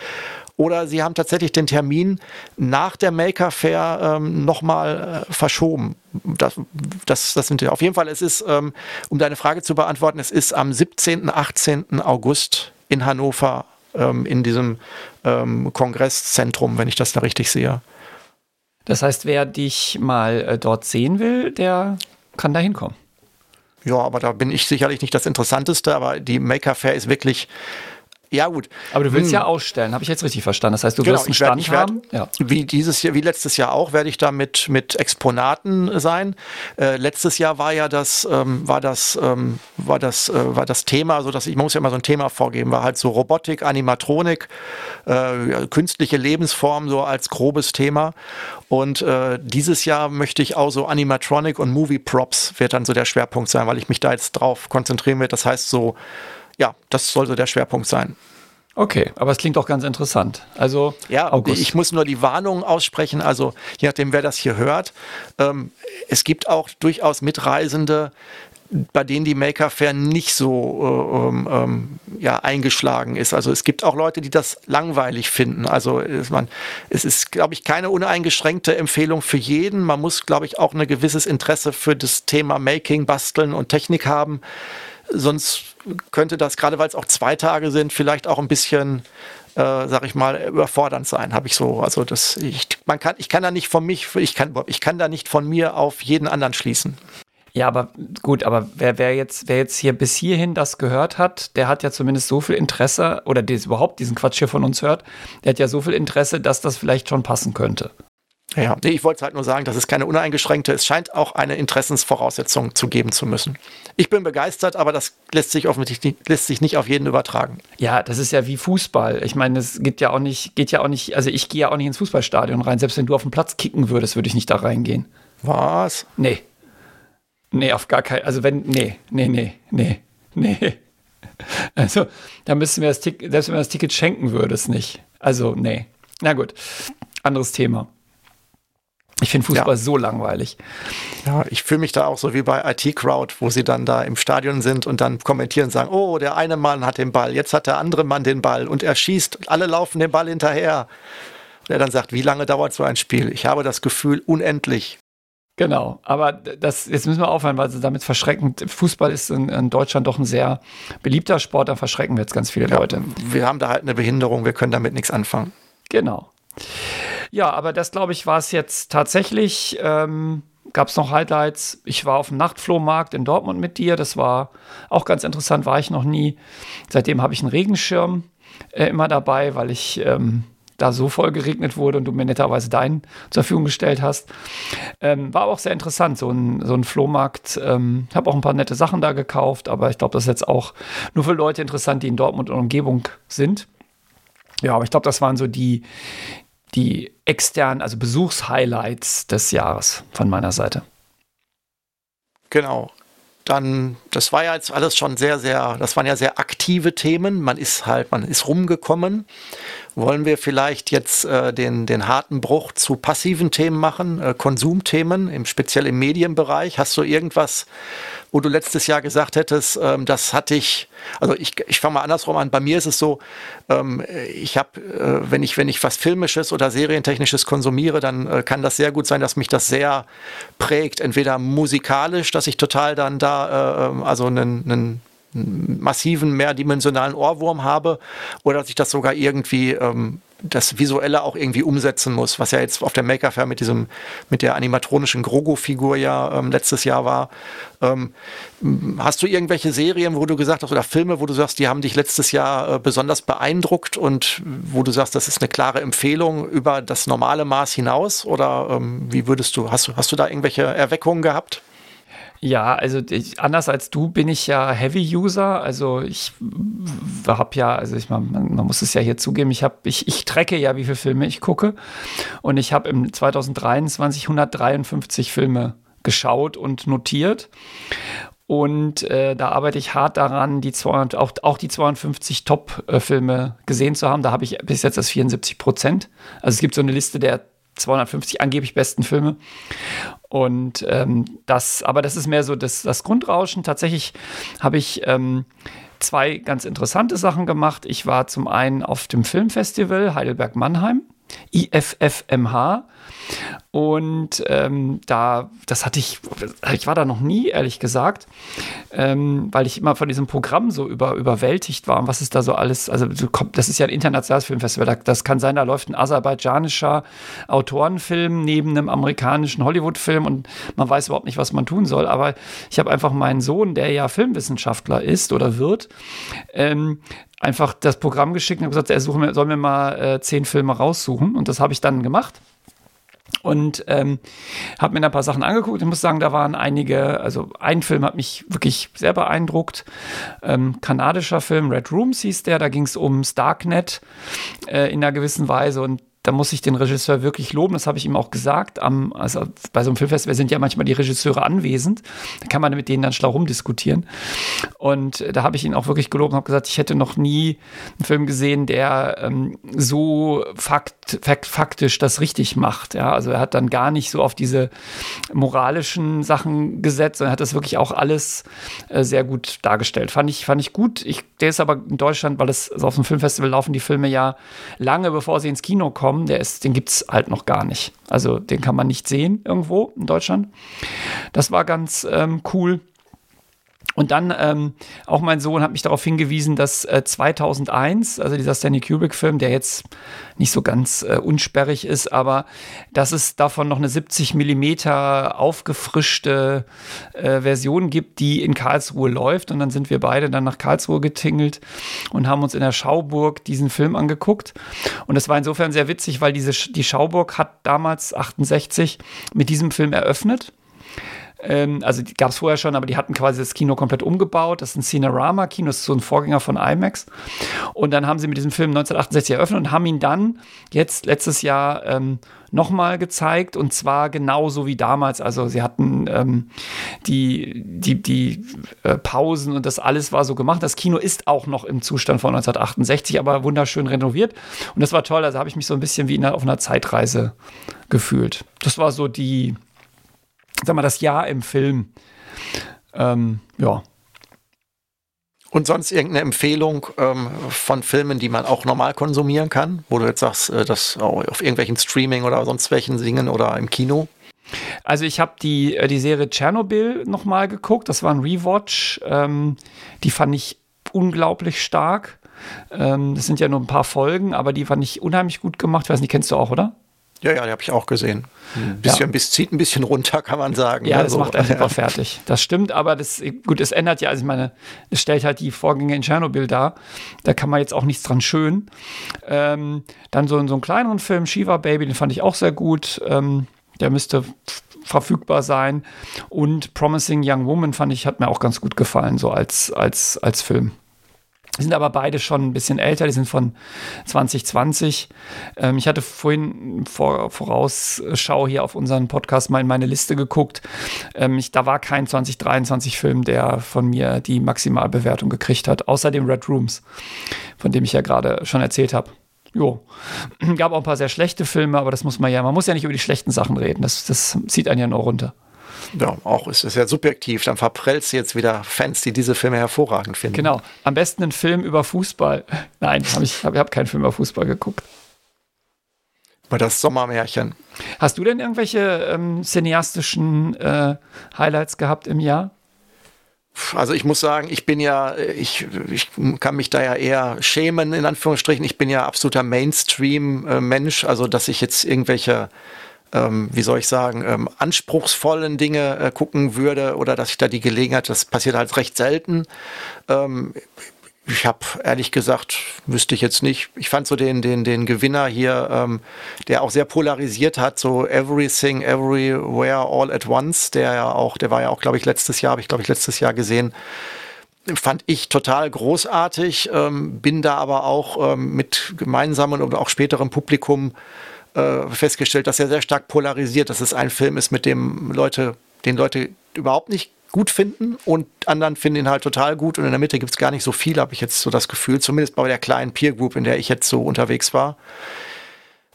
oder sie haben tatsächlich den Termin nach der Maker Faire ähm, nochmal äh, verschoben. Das, das, das sind auf jeden Fall, es ist, ähm, um deine Frage zu beantworten, es ist am siebzehnten, achtzehnten August in Hannover ähm, in diesem ähm, Kongresszentrum, wenn ich das da richtig sehe. Das heißt, wer dich mal äh, dort sehen will, der kann da hinkommen. Ja, aber da bin ich sicherlich nicht das Interessanteste, aber die Maker Faire ist wirklich, ja gut. Aber du willst hm. ja ausstellen, habe ich jetzt richtig verstanden. Das heißt, du Genau, wirst einen ich werd, Stand ich werd, haben. Ja. Wie dieses Jahr, wie letztes Jahr auch, werde ich da mit, mit Exponaten sein. Äh, letztes Jahr war ja das, ähm, war das, ähm, war das, äh, war das Thema, so dass ich man muss ja immer so ein Thema vorgeben, war halt so Robotik, Animatronik, äh, künstliche Lebensform so als grobes Thema. Und äh, dieses Jahr möchte ich auch so Animatronic und Movie Props wird dann so der Schwerpunkt sein, weil ich mich da jetzt drauf konzentrieren werde. Das heißt so, ja, das soll so der Schwerpunkt sein. Okay, aber es klingt doch ganz interessant. Also ja, August. Ich muss nur die Warnung aussprechen, also je nachdem, wer das hier hört, ähm, es gibt auch durchaus Mitreisende, bei denen die Maker Faire nicht so äh, ähm, ja, eingeschlagen ist. Also es gibt auch Leute, die das langweilig finden. Also ist man, es ist, glaube ich, keine uneingeschränkte Empfehlung für jeden. Man muss, glaube ich, auch ein gewisses Interesse für das Thema Making, Basteln und Technik haben. Sonst könnte das, gerade weil es auch zwei Tage sind, vielleicht auch ein bisschen, äh, sag ich mal, überfordernd sein, habe ich so. Also das, ich, man kann, ich kann da nicht von mich, ich kann, ich kann da nicht von mir auf jeden anderen schließen. Ja, aber gut, aber wer, wer, jetzt, wer jetzt hier bis hierhin das gehört hat, der hat ja zumindest so viel Interesse, oder der überhaupt diesen Quatsch hier von uns hört, der hat ja so viel Interesse, dass das vielleicht schon passen könnte. Ja, nee, ich wollte halt nur sagen, das ist keine uneingeschränkte, es scheint auch eine Interessensvoraussetzung zu geben zu müssen. Ich bin begeistert, aber das lässt sich offensichtlich lässt sich nicht auf jeden übertragen. Ja, das ist ja wie Fußball. Ich meine, es geht ja auch nicht, geht ja auch nicht, also ich gehe ja auch nicht ins Fußballstadion rein. Selbst wenn du auf den Platz kicken würdest, würde ich nicht da reingehen. Was? Nee. Nee, auf gar keinen, also wenn, nee, nee, nee, nee, nee. Also, da müssten wir das Ticket, selbst wenn wir das Ticket schenken würdest, nicht. Also, nee. Na gut, anderes Thema. Ich finde Fußball ja. so langweilig. Ja, ich fühle mich da auch so wie bei I T-Crowd, wo sie dann da im Stadion sind und dann kommentieren und sagen, oh, der eine Mann hat den Ball, jetzt hat der andere Mann den Ball und er schießt, alle laufen den Ball hinterher. Und er dann sagt, wie lange dauert so ein Spiel? Ich habe das Gefühl, unendlich. Genau, aber das, jetzt müssen wir aufhören, weil sie damit verschrecken. Fußball ist in, in Deutschland doch ein sehr beliebter Sport, da verschrecken wir jetzt ganz viele ja, Leute. Wir haben da halt eine Behinderung, wir können damit nichts anfangen. Genau. Ja, aber das, glaube ich, war es jetzt tatsächlich. Ähm, gab es noch Highlights. Ich war auf dem Nachtflohmarkt in Dortmund mit dir. Das war auch ganz interessant, war ich noch nie. Seitdem habe ich einen Regenschirm äh, immer dabei, weil ich ähm, da so voll geregnet wurde und du mir netterweise deinen zur Verfügung gestellt hast. Ähm, war auch sehr interessant, so ein, so ein Flohmarkt. Ich ähm, habe auch ein paar nette Sachen da gekauft, aber ich glaube, das ist jetzt auch nur für Leute interessant, die in Dortmund und Umgebung sind. Ja, aber ich glaube, das waren so die, die externen, also Besuchshighlights des Jahres von meiner Seite. Genau. Dann, das war ja jetzt alles schon sehr, sehr, das waren ja sehr aktive Themen. Man ist halt, man ist rumgekommen. Wollen wir vielleicht jetzt äh, den, den harten Bruch zu passiven Themen machen, äh, Konsumthemen, im, speziell im Medienbereich? Hast du irgendwas, wo du letztes Jahr gesagt hättest, ähm, das hatte ich, also ich, ich fange mal andersrum an, bei mir ist es so, ähm, ich habe, äh, wenn ich, wenn ich was Filmisches oder Serientechnisches konsumiere, dann äh, kann das sehr gut sein, dass mich das sehr prägt, entweder musikalisch, dass ich total dann da, äh, also einen, einen massiven, mehrdimensionalen Ohrwurm habe oder dass ich das sogar irgendwie ähm, das Visuelle auch irgendwie umsetzen muss, was ja jetzt auf der Maker Faire mit diesem, mit der animatronischen Grogu-Figur ja ähm, letztes Jahr war. Ähm, hast du irgendwelche Serien, wo du gesagt hast, oder Filme, wo du sagst, die haben dich letztes Jahr äh, besonders beeindruckt und wo du sagst, das ist eine klare Empfehlung über das normale Maß hinaus? Oder ähm, wie würdest du, hast du, hast du da irgendwelche Erweckungen gehabt? Ja, also ich, anders als du bin ich ja Heavy-User, also ich habe ja, also ich man, man muss es ja hier zugeben, ich habe, ich, ich tracke ja, wie viele Filme ich gucke und ich habe im zwanzig dreiundzwanzig hundertdreiundfünfzig Filme geschaut und notiert und äh, da arbeite ich hart daran, die zweihundert, auch, auch die zweihundertfünfzig Top-Filme gesehen zu haben, da habe ich bis jetzt das vierundsiebzig Prozent, also es gibt so eine Liste der zweihundertfünfzig angeblich besten Filme. Und ähm, das, aber das ist mehr so das, das Grundrauschen. Tatsächlich habe ich ähm, zwei ganz interessante Sachen gemacht. Ich war zum einen auf dem Filmfestival Heidelberg-Mannheim, I F F M H. Und ähm, da, das hatte ich, ich war da noch nie, ehrlich gesagt, ähm, weil ich immer von diesem Programm so über, überwältigt war und was ist da so alles, also das ist ja ein internationales Filmfestival, das kann sein, da läuft ein aserbaidschanischer Autorenfilm neben einem amerikanischen Hollywood-Film und man weiß überhaupt nicht, was man tun soll, aber ich habe einfach meinen Sohn, der ja Filmwissenschaftler ist oder wird, ähm, einfach das Programm geschickt und gesagt, er suchen, soll mir mal äh, zehn Filme raussuchen und das habe ich dann gemacht. Und ähm, habe mir da ein paar Sachen angeguckt. Ich muss sagen, da waren einige, also ein Film hat mich wirklich sehr beeindruckt. Ähm, kanadischer Film, Red Rooms hieß der, da ging es ums Darknet äh, in einer gewissen Weise und da muss ich den Regisseur wirklich loben, das habe ich ihm auch gesagt. Am, also bei so einem Filmfestival sind ja manchmal die Regisseure anwesend, da kann man mit denen dann schlau rumdiskutieren. Und da habe ich ihn auch wirklich gelobt und habe gesagt, ich hätte noch nie einen Film gesehen, der ähm, so fakt, fakt, faktisch das richtig macht. Ja? Also er hat dann gar nicht so auf diese moralischen Sachen gesetzt, sondern hat das wirklich auch alles äh, sehr gut dargestellt. Fand ich, fand ich gut. Ich, der ist aber in Deutschland, weil es also auf dem Filmfestival laufen die Filme ja lange, bevor sie ins Kino kommen. Der ist, den gibt es halt noch gar nicht. Also den kann man nicht sehen irgendwo in Deutschland. Das war ganz ähm, cool. Und dann ähm, auch mein Sohn hat mich darauf hingewiesen, dass äh, zweitausendeins, also dieser Stanley Kubrick-Film, der jetzt nicht so ganz äh, unsperrig ist, aber dass es davon noch eine siebzig Millimeter aufgefrischte äh, Version gibt, die in Karlsruhe läuft. Und dann sind wir beide dann nach Karlsruhe getingelt und haben uns in der Schauburg diesen Film angeguckt. Und das war insofern sehr witzig, weil diese, die Schauburg hat damals achtundsechzig mit diesem Film eröffnet. Also die gab es vorher schon, aber die hatten quasi das Kino komplett umgebaut. Das ist ein Cinerama-Kino, das ist so ein Vorgänger von IMAX. Und dann haben sie mit diesem Film neunzehnhundertachtundsechzig eröffnet und haben ihn dann jetzt letztes Jahr ähm, nochmal gezeigt und zwar genauso wie damals. Also sie hatten ähm, die, die, die äh, Pausen und das alles war so gemacht. Das Kino ist auch noch im Zustand von neunzehnhundertachtundsechzig, aber wunderschön renoviert. Und das war toll, also habe ich mich so ein bisschen wie in einer, auf einer Zeitreise gefühlt. Das war so die sag mal, das Jahr im Film. Ähm, ja. Und sonst irgendeine Empfehlung ähm, von Filmen, die man auch normal konsumieren kann? Wo du jetzt sagst, äh, das auf irgendwelchen Streaming oder sonst welchen Singen oder im Kino? Also ich habe die, die Serie Tschernobyl nochmal geguckt. Das war ein Rewatch. Ähm, die fand ich unglaublich stark. Ähm, das sind ja nur ein paar Folgen, aber die fand ich unheimlich gut gemacht. Ich weiß nicht, kennst du auch, oder? Ja, ja, die habe ich auch gesehen. Ein bisschen, ja. bis, zieht ein bisschen runter, kann man sagen. Ja, ne? das so. macht einen super fertig. Das stimmt, aber das, gut, es ändert ja, also ich meine, es stellt halt die Vorgänge in Tschernobyl dar. Da kann man jetzt auch nichts dran schön. Ähm, dann so, so einen kleineren Film, Shiva Baby, den fand ich auch sehr gut. Ähm, der müsste verfügbar sein. Und Promising Young Woman fand ich, hat mir auch ganz gut gefallen, so als, als, als Film. Die sind aber beide schon ein bisschen älter, die sind von zwanzig zwanzig. Ähm, ich hatte vorhin vor, Vorausschau hier auf unseren Podcast mal in meine Liste geguckt. Ähm, ich, da war kein zwanzig dreiundzwanzig Film, der von mir die Maximalbewertung gekriegt hat, außer dem Red Rooms, von dem ich ja gerade schon erzählt habe. Jo, gab auch ein paar sehr schlechte Filme, aber das muss man ja, man muss ja nicht über die schlechten Sachen reden, das, das zieht einen ja nur runter. Ja, auch ist es ja subjektiv. Dann verprellst du jetzt wieder Fans, die diese Filme hervorragend finden. Genau. Am besten ein Film über Fußball. Nein, hab ich habe hab keinen Film über Fußball geguckt. Mal das Sommermärchen. Hast du denn irgendwelche ähm, cineastischen äh, Highlights gehabt im Jahr? Also ich muss sagen, ich bin ja, ich, ich kann mich da ja eher schämen, in Anführungsstrichen. Ich bin ja absoluter Mainstream-Mensch. Also dass ich jetzt irgendwelche Ähm, wie soll ich sagen, ähm, anspruchsvollen Dinge äh, gucken würde oder dass ich da die Gelegenheit, das passiert halt recht selten. Ähm, ich habe ehrlich gesagt, wüsste ich jetzt nicht, ich fand so den, den, den Gewinner hier, ähm, der auch sehr polarisiert hat, so Everything, Everywhere, All at Once, der ja auch, der war ja auch, glaube ich, letztes Jahr, habe ich glaube ich letztes Jahr gesehen, fand ich total großartig, ähm, bin da aber auch ähm, mit gemeinsamen und auch späterem Publikum festgestellt, dass er sehr stark polarisiert, dass es ein Film ist, mit dem Leute, den Leute überhaupt nicht gut finden und anderen finden ihn halt total gut und in der Mitte gibt es gar nicht so viel, habe ich jetzt so das Gefühl, zumindest bei der kleinen Peer Group, in der ich jetzt so unterwegs war.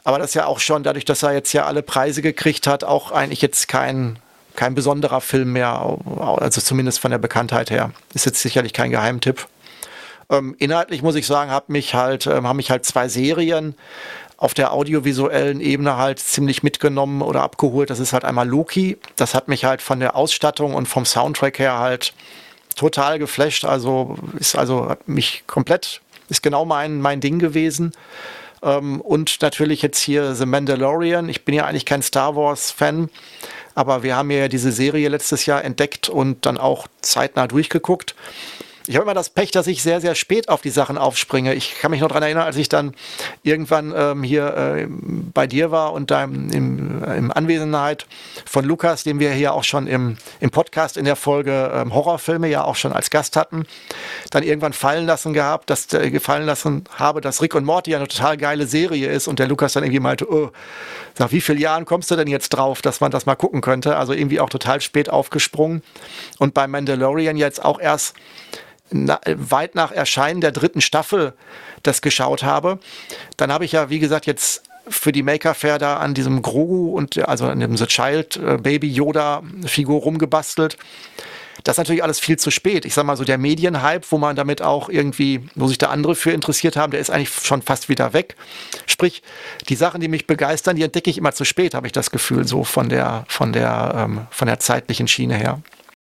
Aber das ist ja auch schon, dadurch, dass er jetzt ja alle Preise gekriegt hat, auch eigentlich jetzt kein, kein besonderer Film mehr, also zumindest von der Bekanntheit her. Ist jetzt sicherlich kein Geheimtipp. Ähm, inhaltlich muss ich sagen, hab mich halt, ähm, haben mich halt zwei Serien auf der audiovisuellen Ebene halt ziemlich mitgenommen oder abgeholt. Das ist halt einmal Loki. Das hat mich halt von der Ausstattung und vom Soundtrack her halt total geflasht. Also ist also hat mich komplett, ist genau mein, mein Ding gewesen. Ähm, und natürlich jetzt hier The Mandalorian. Ich bin ja eigentlich kein Star Wars-Fan, aber wir haben ja diese Serie letztes Jahr entdeckt und dann auch zeitnah durchgeguckt. Ich habe immer das Pech, dass ich sehr, sehr spät auf die Sachen aufspringe. Ich kann mich noch daran erinnern, als ich dann irgendwann ähm, hier äh, bei dir war und da im, im, im Anwesenheit von Lukas, den wir hier auch schon im, im Podcast in der Folge ähm, Horrorfilme ja auch schon als Gast hatten, dann irgendwann fallen lassen gehabt, dass äh, gefallen lassen habe, dass Rick und Morty ja eine total geile Serie ist und der Lukas dann irgendwie meinte, oh, nach wie vielen Jahren kommst du denn jetzt drauf, dass man das mal gucken könnte? Also irgendwie auch total spät aufgesprungen und bei Mandalorian jetzt auch erst Na, weit nach Erscheinen der dritten Staffel das geschaut habe. Dann habe ich ja, wie gesagt, jetzt für die Maker Faire da an diesem Grogu und also an dem The Child äh, Baby Yoda Figur rumgebastelt. Das ist natürlich alles viel zu spät. Ich sag mal so, der Medienhype, wo man damit auch irgendwie, wo sich da andere für interessiert haben, der ist eigentlich schon fast wieder weg. Sprich, die Sachen, die mich begeistern, die entdecke ich immer zu spät, habe ich das Gefühl, so von der, von der, ähm, von der zeitlichen Schiene her.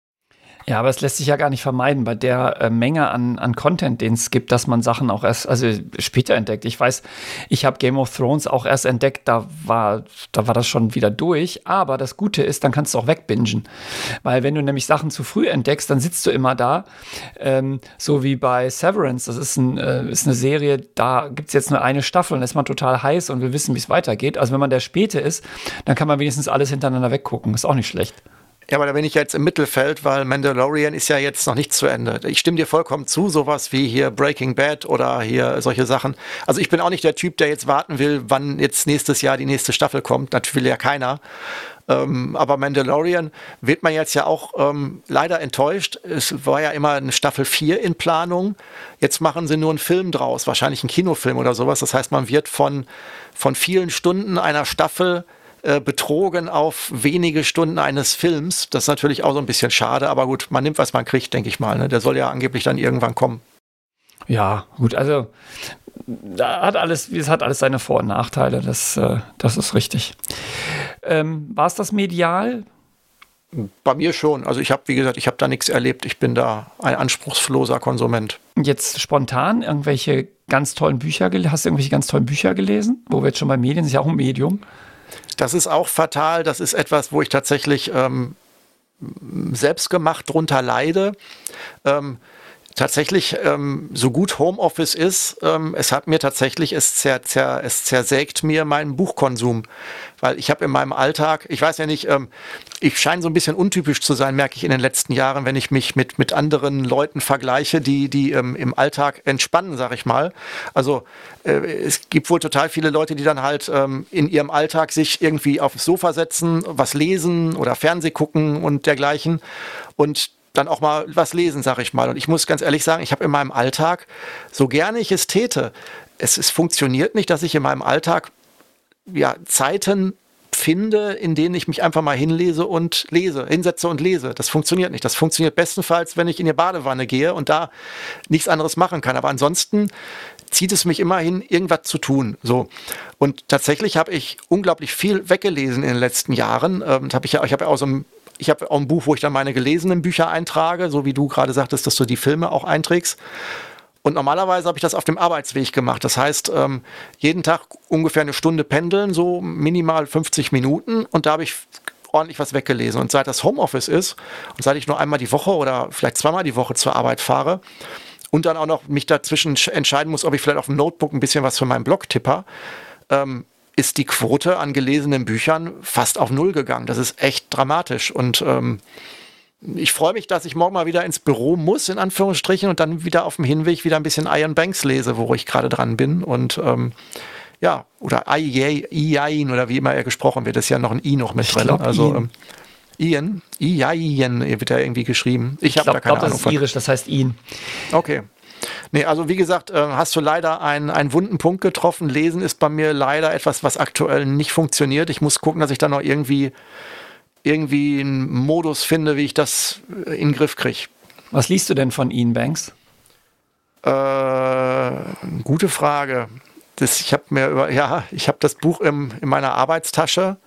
Ja, aber es lässt sich ja gar nicht vermeiden bei der äh, Menge an, an Content, den es gibt, dass man Sachen auch erst, also später entdeckt. Ich weiß, ich habe Game of Thrones auch erst entdeckt, da war, da war das schon wieder durch. Aber das Gute ist, dann kannst du auch wegbingen. Weil wenn du nämlich Sachen zu früh entdeckst, dann sitzt du immer da, ähm, so wie bei Severance. Das ist, ein, äh, ist eine Serie, da gibt es jetzt nur eine Staffel und da ist man total heiß und will wissen, wie es weitergeht. Also wenn man der Späte ist, dann kann man wenigstens alles hintereinander weggucken. Ist auch nicht schlecht. Ja, aber da bin ich jetzt im Mittelfeld, weil Mandalorian ist ja jetzt noch nicht zu Ende. Ich stimme dir vollkommen zu, sowas wie hier Breaking Bad oder hier solche Sachen. Also ich bin auch nicht der Typ, der jetzt warten will, wann jetzt nächstes Jahr die nächste Staffel kommt. Natürlich will ja keiner. Ähm, aber Mandalorian wird man jetzt ja auch ähm, leider enttäuscht. Es war ja immer eine Staffel vier in Planung. Jetzt machen sie nur einen Film draus, wahrscheinlich einen Kinofilm oder sowas. Das heißt, man wird von, von vielen Stunden einer Staffel betrogen auf wenige Stunden eines Films. Das ist natürlich auch so ein bisschen schade, aber gut, man nimmt, was man kriegt, denke ich mal. Ne? Der soll ja angeblich dann irgendwann kommen. Ja, gut, also da hat alles, es hat alles seine Vor- und Nachteile, das, das ist richtig. Ähm, war es das medial? Bei mir schon. Also ich habe, wie gesagt, ich habe da nichts erlebt. Ich bin da ein anspruchsloser Konsument. Jetzt spontan irgendwelche ganz tollen Bücher gelesen? Hast du irgendwelche ganz tollen Bücher gelesen? Wo wir jetzt schon bei Medien, das ist ja auch ein Medium. Das ist auch fatal. Das ist etwas, wo ich tatsächlich ähm, selbstgemacht drunter leide. Ähm, tatsächlich, ähm, so gut Homeoffice ist, ähm, es hat mir tatsächlich, es, zer, zer, es zersägt mir meinen Buchkonsum. Weil ich habe in meinem Alltag, ich weiß ja nicht, ähm, ich scheine so ein bisschen untypisch zu sein, merke ich in den letzten Jahren, wenn ich mich mit, mit anderen Leuten vergleiche, die, die ähm, im Alltag entspannen, sag ich mal. Also äh, es gibt wohl total viele Leute, die dann halt ähm, in ihrem Alltag sich irgendwie aufs Sofa setzen, was lesen oder Fernseh gucken und dergleichen und dann auch mal was lesen, sag ich mal. Und ich muss ganz ehrlich sagen, ich habe in meinem Alltag, so gerne ich es täte, es, es funktioniert nicht, dass ich in meinem Alltag ja, Zeiten finde, in denen ich mich einfach mal hinlese und lese, hinsetze und lese. Das funktioniert nicht. Das funktioniert bestenfalls, wenn ich in die Badewanne gehe und da nichts anderes machen kann. Aber ansonsten zieht es mich immer hin, irgendwas zu tun. So. Und tatsächlich habe ich unglaublich viel weggelesen in den letzten Jahren. Ähm, hab ich ja, ich habe ja auch so ein Ich habe auch ein Buch, wo ich dann meine gelesenen Bücher eintrage, so wie du gerade sagtest, dass du die Filme auch einträgst. Und normalerweise habe ich das auf dem Arbeitsweg gemacht. Das heißt, ähm, jeden Tag ungefähr eine Stunde pendeln, so minimal fünfzig Minuten. Und da habe ich ordentlich was weggelesen. Und seit das Homeoffice ist und seit ich nur einmal die Woche oder vielleicht zweimal die Woche zur Arbeit fahre und dann auch noch mich dazwischen entscheiden muss, ob ich vielleicht auf dem Notebook ein bisschen was für meinen Blog tipper, ähm, ist die Quote an gelesenen Büchern fast auf Null gegangen. Das ist echt dramatisch. Und ähm, ich freue mich, dass ich morgen mal wieder ins Büro muss, in Anführungsstrichen, und dann wieder auf dem Hinweg wieder ein bisschen Ian Banks lese, wo ich gerade dran bin. Und ähm, ja, oder Ian oder wie immer er gesprochen wird, ist ja noch ein I noch mit drin. Also ähm, Ian, Ian wird ja irgendwie geschrieben. Ich habe da keine Ahnung. Ich glaube, das ist irisch, das heißt ihn. Okay. Nee, also wie gesagt, äh, hast du leider einen, einen wunden Punkt getroffen. Lesen ist bei mir leider etwas, was aktuell nicht funktioniert. Ich muss gucken, dass ich da noch irgendwie, irgendwie einen Modus finde, wie ich das in den Griff kriege. Was liest du denn von Ian Banks? Äh, gute Frage. Das, ich habe mir über, ja, ich habe das Buch im, in meiner Arbeitstasche.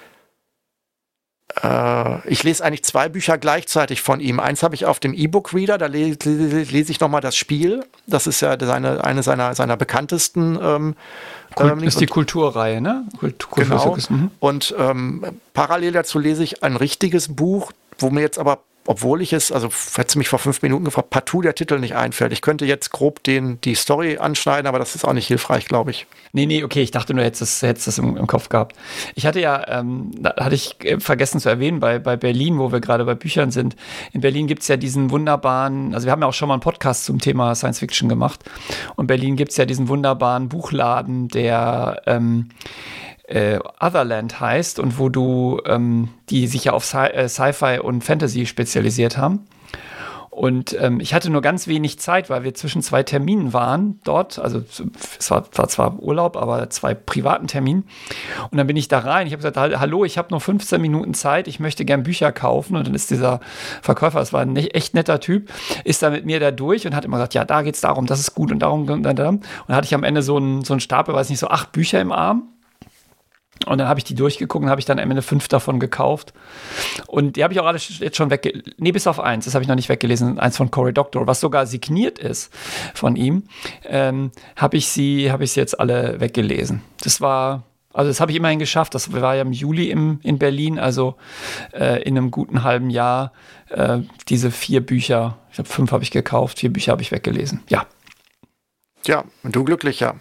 Äh, ich lese eigentlich zwei Bücher gleichzeitig von ihm. Eins habe ich auf dem E-Book-Reader, da lese, lese, lese ich nochmal das Spiel. Das ist ja seine, eine seiner, seiner bekanntesten. Ähm, Kult, ähm, ist die Kulturreihe, ne? Kultur, genau. Mhm. Und ähm, parallel dazu lese ich ein richtiges Buch, wo mir jetzt aber, obwohl ich es, also hätte mich vor fünf Minuten gefragt, partout der Titel nicht einfällt. Ich könnte jetzt grob den, die Story anschneiden, aber das ist auch nicht hilfreich, glaube ich. Nee, nee, okay, ich dachte nur, hättest das, hättest das im, im Kopf gehabt. Ich hatte ja, ähm, da hatte ich vergessen zu erwähnen, bei, bei Berlin, wo wir gerade bei Büchern sind. In Berlin gibt es ja diesen wunderbaren, also wir haben ja auch schon mal einen Podcast zum Thema Science Fiction gemacht. Und in Berlin gibt es ja diesen wunderbaren Buchladen, der ähm, Äh, Otherland heißt und wo du, ähm, die sich ja auf Sci- äh, Sci-Fi und Fantasy spezialisiert haben. Und ähm, ich hatte nur ganz wenig Zeit, weil wir zwischen zwei Terminen waren dort. Also es war, war zwar Urlaub, aber zwei privaten Terminen. Und dann bin ich da rein. Ich habe gesagt, hallo, ich habe noch fünfzehn Minuten Zeit. Ich möchte gern Bücher kaufen. Und dann ist dieser Verkäufer, das war ein echt netter Typ, ist da mit mir da durch und hat immer gesagt, ja, da geht es darum, das ist gut und darum. Und dann, und dann hatte ich am Ende so einen, so einen Stapel, weiß nicht, so acht Bücher im Arm. Und dann habe ich die durchgeguckt und habe ich dann am Ende fünf davon gekauft. Und die habe ich auch alle jetzt schon weggelesen. Nee, bis auf eins, das habe ich noch nicht weggelesen. Eins von Cory Doctorow, was sogar signiert ist von ihm. Ähm, habe ich sie, habe ich sie jetzt alle weggelesen. Das war, also das habe ich immerhin geschafft. Das war ja im Juli im, in Berlin, also äh, in einem guten halben Jahr. Äh, diese vier Bücher, ich glaube fünf habe ich gekauft, vier Bücher habe ich weggelesen. Ja. Ja, du glücklicher.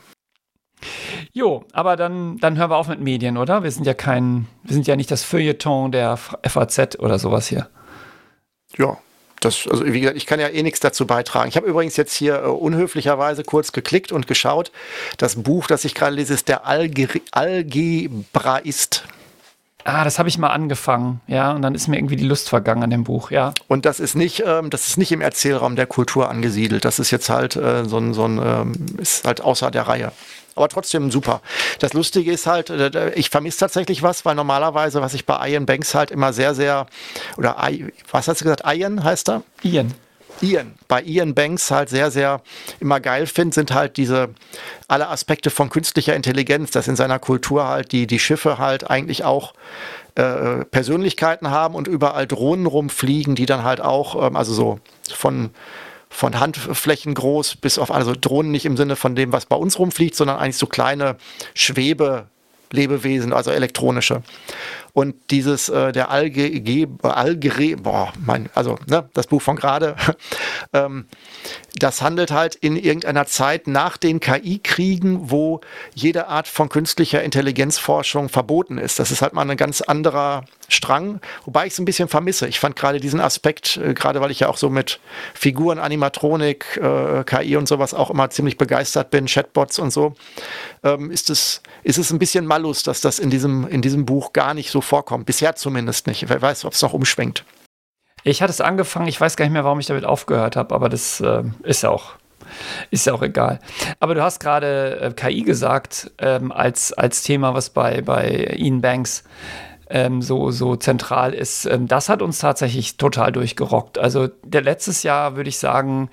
Jo, aber dann, dann hören wir auf mit Medien, oder? Wir sind ja kein, wir sind ja nicht das Feuilleton der F A Z oder sowas hier. Ja, das, also wie gesagt, ich kann ja eh nichts dazu beitragen. Ich habe übrigens jetzt hier äh, unhöflicherweise kurz geklickt und geschaut. Das Buch, das ich gerade lese, ist der Alge Algebraist. Ah, das habe ich mal angefangen, ja, und dann ist mir irgendwie die Lust vergangen an dem Buch, ja. Und das ist nicht, ähm, das ist nicht im Erzählraum der Kultur angesiedelt. Das ist jetzt halt äh, so ein, so ein ähm, ist halt außer der Reihe. Aber trotzdem super. Das Lustige ist halt, ich vermisse tatsächlich was, weil normalerweise, was ich bei Ian Banks halt immer sehr, sehr, oder I, was hast du gesagt, Ian heißt er? Ian. Ian. Bei Ian Banks halt sehr, sehr immer geil finde, sind halt diese, alle Aspekte von künstlicher Intelligenz, dass in seiner Kultur halt die, die Schiffe halt eigentlich auch äh, Persönlichkeiten haben und überall Drohnen rumfliegen, die dann halt auch, ähm, also so von von Handflächen groß bis auf, also Drohnen nicht im Sinne von dem, was bei uns rumfliegt, sondern eigentlich so kleine Schwebelebewesen, also elektronische. Und dieses, äh, der Alge, Algere, boah, mein, also ne, das Buch von gerade, ähm, das handelt halt in irgendeiner Zeit nach den K I-Kriegen, wo jede Art von künstlicher Intelligenzforschung verboten ist. Das ist halt mal ein ganz anderer Strang, wobei ich es ein bisschen vermisse. Ich fand gerade diesen Aspekt, äh, gerade weil ich ja auch so mit Figuren, Animatronik, äh, K I und sowas auch immer ziemlich begeistert bin, Chatbots und so, ähm, ist es, ist es ein bisschen Malus, dass das in diesem, in diesem Buch gar nicht so vorkommt. Bisher zumindest nicht. Wer weiß, ob es noch umschwenkt. Ich hatte es angefangen, ich weiß gar nicht mehr, warum ich damit aufgehört habe, aber das äh, ist ja auch, ist ja auch egal. Aber du hast gerade äh, K I gesagt, ähm, als, als Thema, was bei, bei Ian Banks ähm, so, so zentral ist. Ähm, das hat uns tatsächlich total durchgerockt. Also der letztes Jahr würde ich sagen,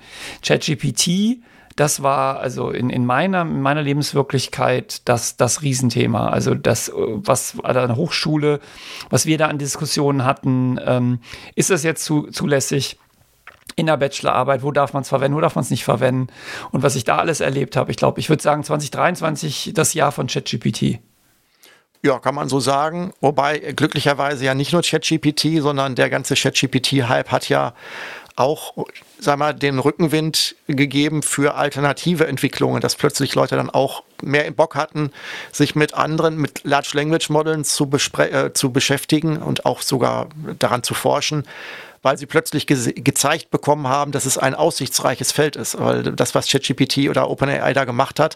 ChatGPT, das war also in, in, meiner, in meiner Lebenswirklichkeit das, das Riesenthema. Also das, was an der Hochschule, was wir da an Diskussionen hatten, ähm, ist das jetzt zu, zulässig in der Bachelorarbeit, wo darf man es verwenden, wo darf man es nicht verwenden? Und was ich da alles erlebt habe, ich glaube, ich würde sagen zwanzig dreiundzwanzig das Jahr von ChatGPT. Ja, kann man so sagen. Wobei glücklicherweise ja nicht nur ChatGPT, sondern der ganze ChatGPT-Hype hat ja auch, sag mal, den Rückenwind gegeben für alternative Entwicklungen, dass plötzlich Leute dann auch mehr Bock hatten, sich mit anderen, mit Large Language Models zu, bespre- äh, zu beschäftigen und auch sogar daran zu forschen, weil sie plötzlich ge- gezeigt bekommen haben, dass es ein aussichtsreiches Feld ist. Weil das, was ChatGPT oder OpenAI da gemacht hat,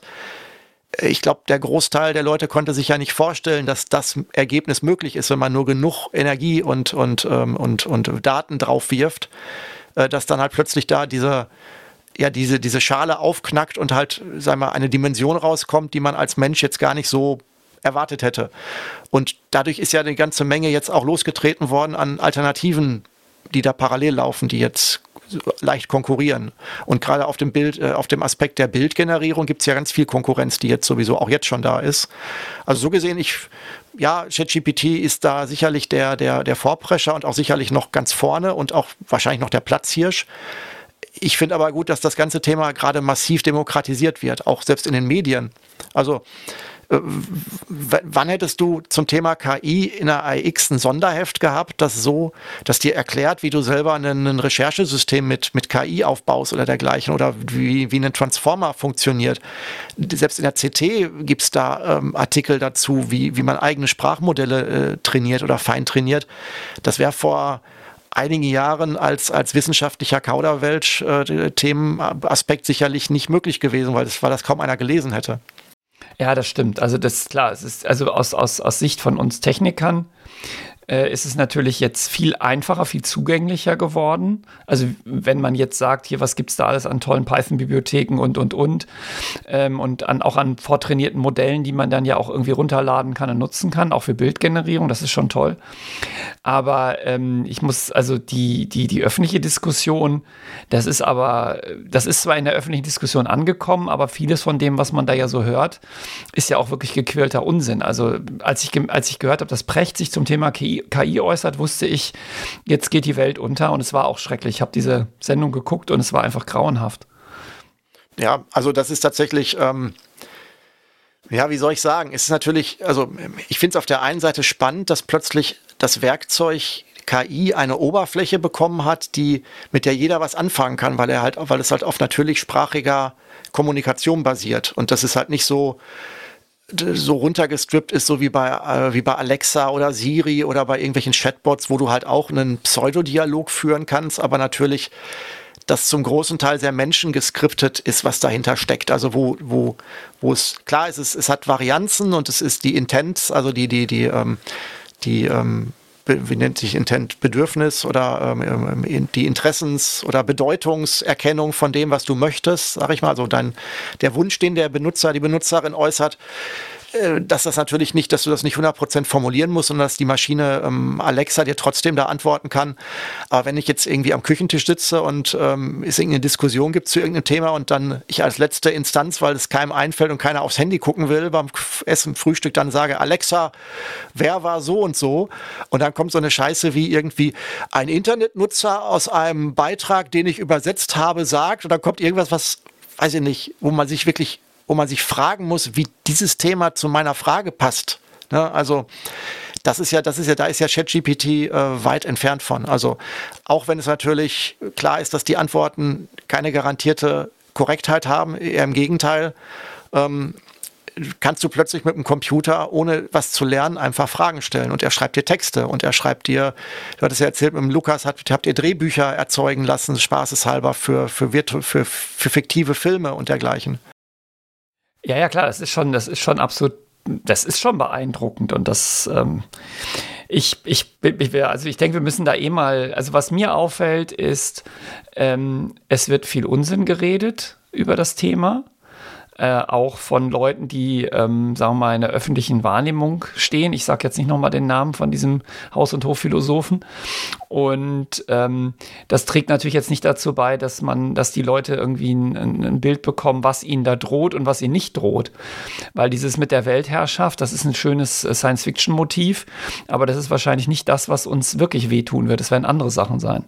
ich glaube, der Großteil der Leute konnte sich ja nicht vorstellen, dass das Ergebnis möglich ist, wenn man nur genug Energie und, und, ähm, und, und Daten drauf wirft, äh, dass dann halt plötzlich da diese, ja diese, diese Schale aufknackt und halt, sagen wir, eine Dimension rauskommt, die man als Mensch jetzt gar nicht so erwartet hätte. Und dadurch ist ja eine ganze Menge jetzt auch losgetreten worden an Alternativen, die da parallel laufen, die jetzt leicht konkurrieren. Und gerade auf dem Bild, äh, auf dem Aspekt der Bildgenerierung gibt es ja ganz viel Konkurrenz, die jetzt sowieso auch jetzt schon da ist. Also so gesehen, ich, ja, ChatGPT ist da sicherlich der, der, der Vorprescher und auch sicherlich noch ganz vorne und auch wahrscheinlich noch der Platzhirsch. Ich finde aber gut, dass das ganze Thema gerade massiv demokratisiert wird, auch selbst in den Medien. Also äh, w- wann hättest du zum Thema K I in der A X ein Sonderheft gehabt, das so, das dir erklärt, wie du selber ein, ein Recherchesystem mit, mit K I aufbaust oder dergleichen oder wie, wie ein Transformer funktioniert? Selbst in der C T gibt es da ähm, Artikel dazu, wie, wie man eigene Sprachmodelle äh, trainiert oder fein trainiert. Das wäre vor einigen Jahren als, als wissenschaftlicher Kauderwelsch äh, Themenaspekt sicherlich nicht möglich gewesen, weil das, weil das kaum einer gelesen hätte. Ja, das stimmt. Also das ist klar, es ist also aus, aus, aus Sicht von uns Technikern äh, ist es natürlich jetzt viel einfacher, viel zugänglicher geworden. Also wenn man jetzt sagt, hier, was gibt es da alles an tollen Python-Bibliotheken und, und, und ähm, und an, auch an vortrainierten Modellen, die man dann ja auch irgendwie runterladen kann und nutzen kann, auch für Bildgenerierung, das ist schon toll. Aber ähm, ich muss, also die, die, die öffentliche Diskussion, das ist aber, das ist zwar in der öffentlichen Diskussion angekommen, aber vieles von dem, was man da ja so hört, ist ja auch wirklich gequälter Unsinn. Also als ich, als ich gehört habe, dass Precht sich zum Thema K I, K I äußert, wusste ich, jetzt geht die Welt unter und es war auch schrecklich. Ich habe diese Sendung geguckt und es war einfach grauenhaft. Ja, also das ist tatsächlich, ähm, ja, wie soll ich sagen, es ist natürlich, also ich finde es auf der einen Seite spannend, dass plötzlich das Werkzeug K I eine Oberfläche bekommen hat, die, mit der jeder was anfangen kann, weil er halt, weil es halt auf natürlich sprachiger Kommunikation basiert. Und das ist halt nicht so, so runtergestrippt ist, so wie bei, äh, wie bei Alexa oder Siri oder bei irgendwelchen Chatbots, wo du halt auch einen Pseudodialog führen kannst, aber natürlich das zum großen Teil sehr menschengeskriptet ist, was dahinter steckt. Also wo, wo, wo es, klar ist, es, es hat Varianzen und es ist die Intents, also die, die, die, ähm, die, ähm, wie nennt sich Intent, Bedürfnis oder ähm, die Interessens- oder Bedeutungserkennung von dem, was du möchtest, sag ich mal, also dein, der Wunsch, den der Benutzer, die Benutzerin äußert, äh, dass das natürlich nicht, dass du das nicht hundert Prozent formulieren musst und dass die Maschine ähm, Alexa dir trotzdem da antworten kann. Aber wenn ich jetzt irgendwie am Küchentisch sitze und ähm, es irgendeine Diskussion gibt zu irgendeinem Thema und dann ich als letzte Instanz, weil es keinem einfällt und keiner aufs Handy gucken will, beim Essen, Frühstück dann sage, Alexa, wer war so und so? Und dann kommt so eine Scheiße wie irgendwie ein Internetnutzer aus einem Beitrag, den ich übersetzt habe, sagt, und dann kommt irgendwas, was, weiß ich nicht, wo man sich wirklich, wo man sich fragen muss, wie dieses Thema zu meiner Frage passt. Ne? Also das ist ja, das ist ja, da ist ja ChatGPT äh, weit entfernt von. Also auch wenn es natürlich klar ist, dass die Antworten keine garantierte Korrektheit haben, eher im Gegenteil, ähm, kannst du plötzlich mit dem Computer, ohne was zu lernen, einfach Fragen stellen. Und er schreibt dir Texte und er schreibt dir, du hattest ja erzählt, mit dem Lukas habt, habt ihr Drehbücher erzeugen lassen, spaßeshalber, für, für, virtu- für, für fiktive Filme und dergleichen. Ja, ja, klar, das ist schon, das ist schon absolut, das ist schon beeindruckend und das, ähm, ich, ich, ich, also ich denke, wir müssen da eh mal, also was mir auffällt, ist, ähm, es wird viel Unsinn geredet über das Thema. Äh, auch von Leuten, die, ähm, sagen wir mal, in der öffentlichen Wahrnehmung stehen. Ich sage jetzt nicht nochmal den Namen von diesem Haus- und Hofphilosophen. Und ähm, das trägt natürlich jetzt nicht dazu bei, dass man, dass die Leute irgendwie ein, ein Bild bekommen, was ihnen da droht und was ihnen nicht droht. Weil dieses mit der Weltherrschaft, das ist ein schönes Science-Fiction-Motiv, aber das ist wahrscheinlich nicht das, was uns wirklich wehtun wird. Das werden andere Sachen sein.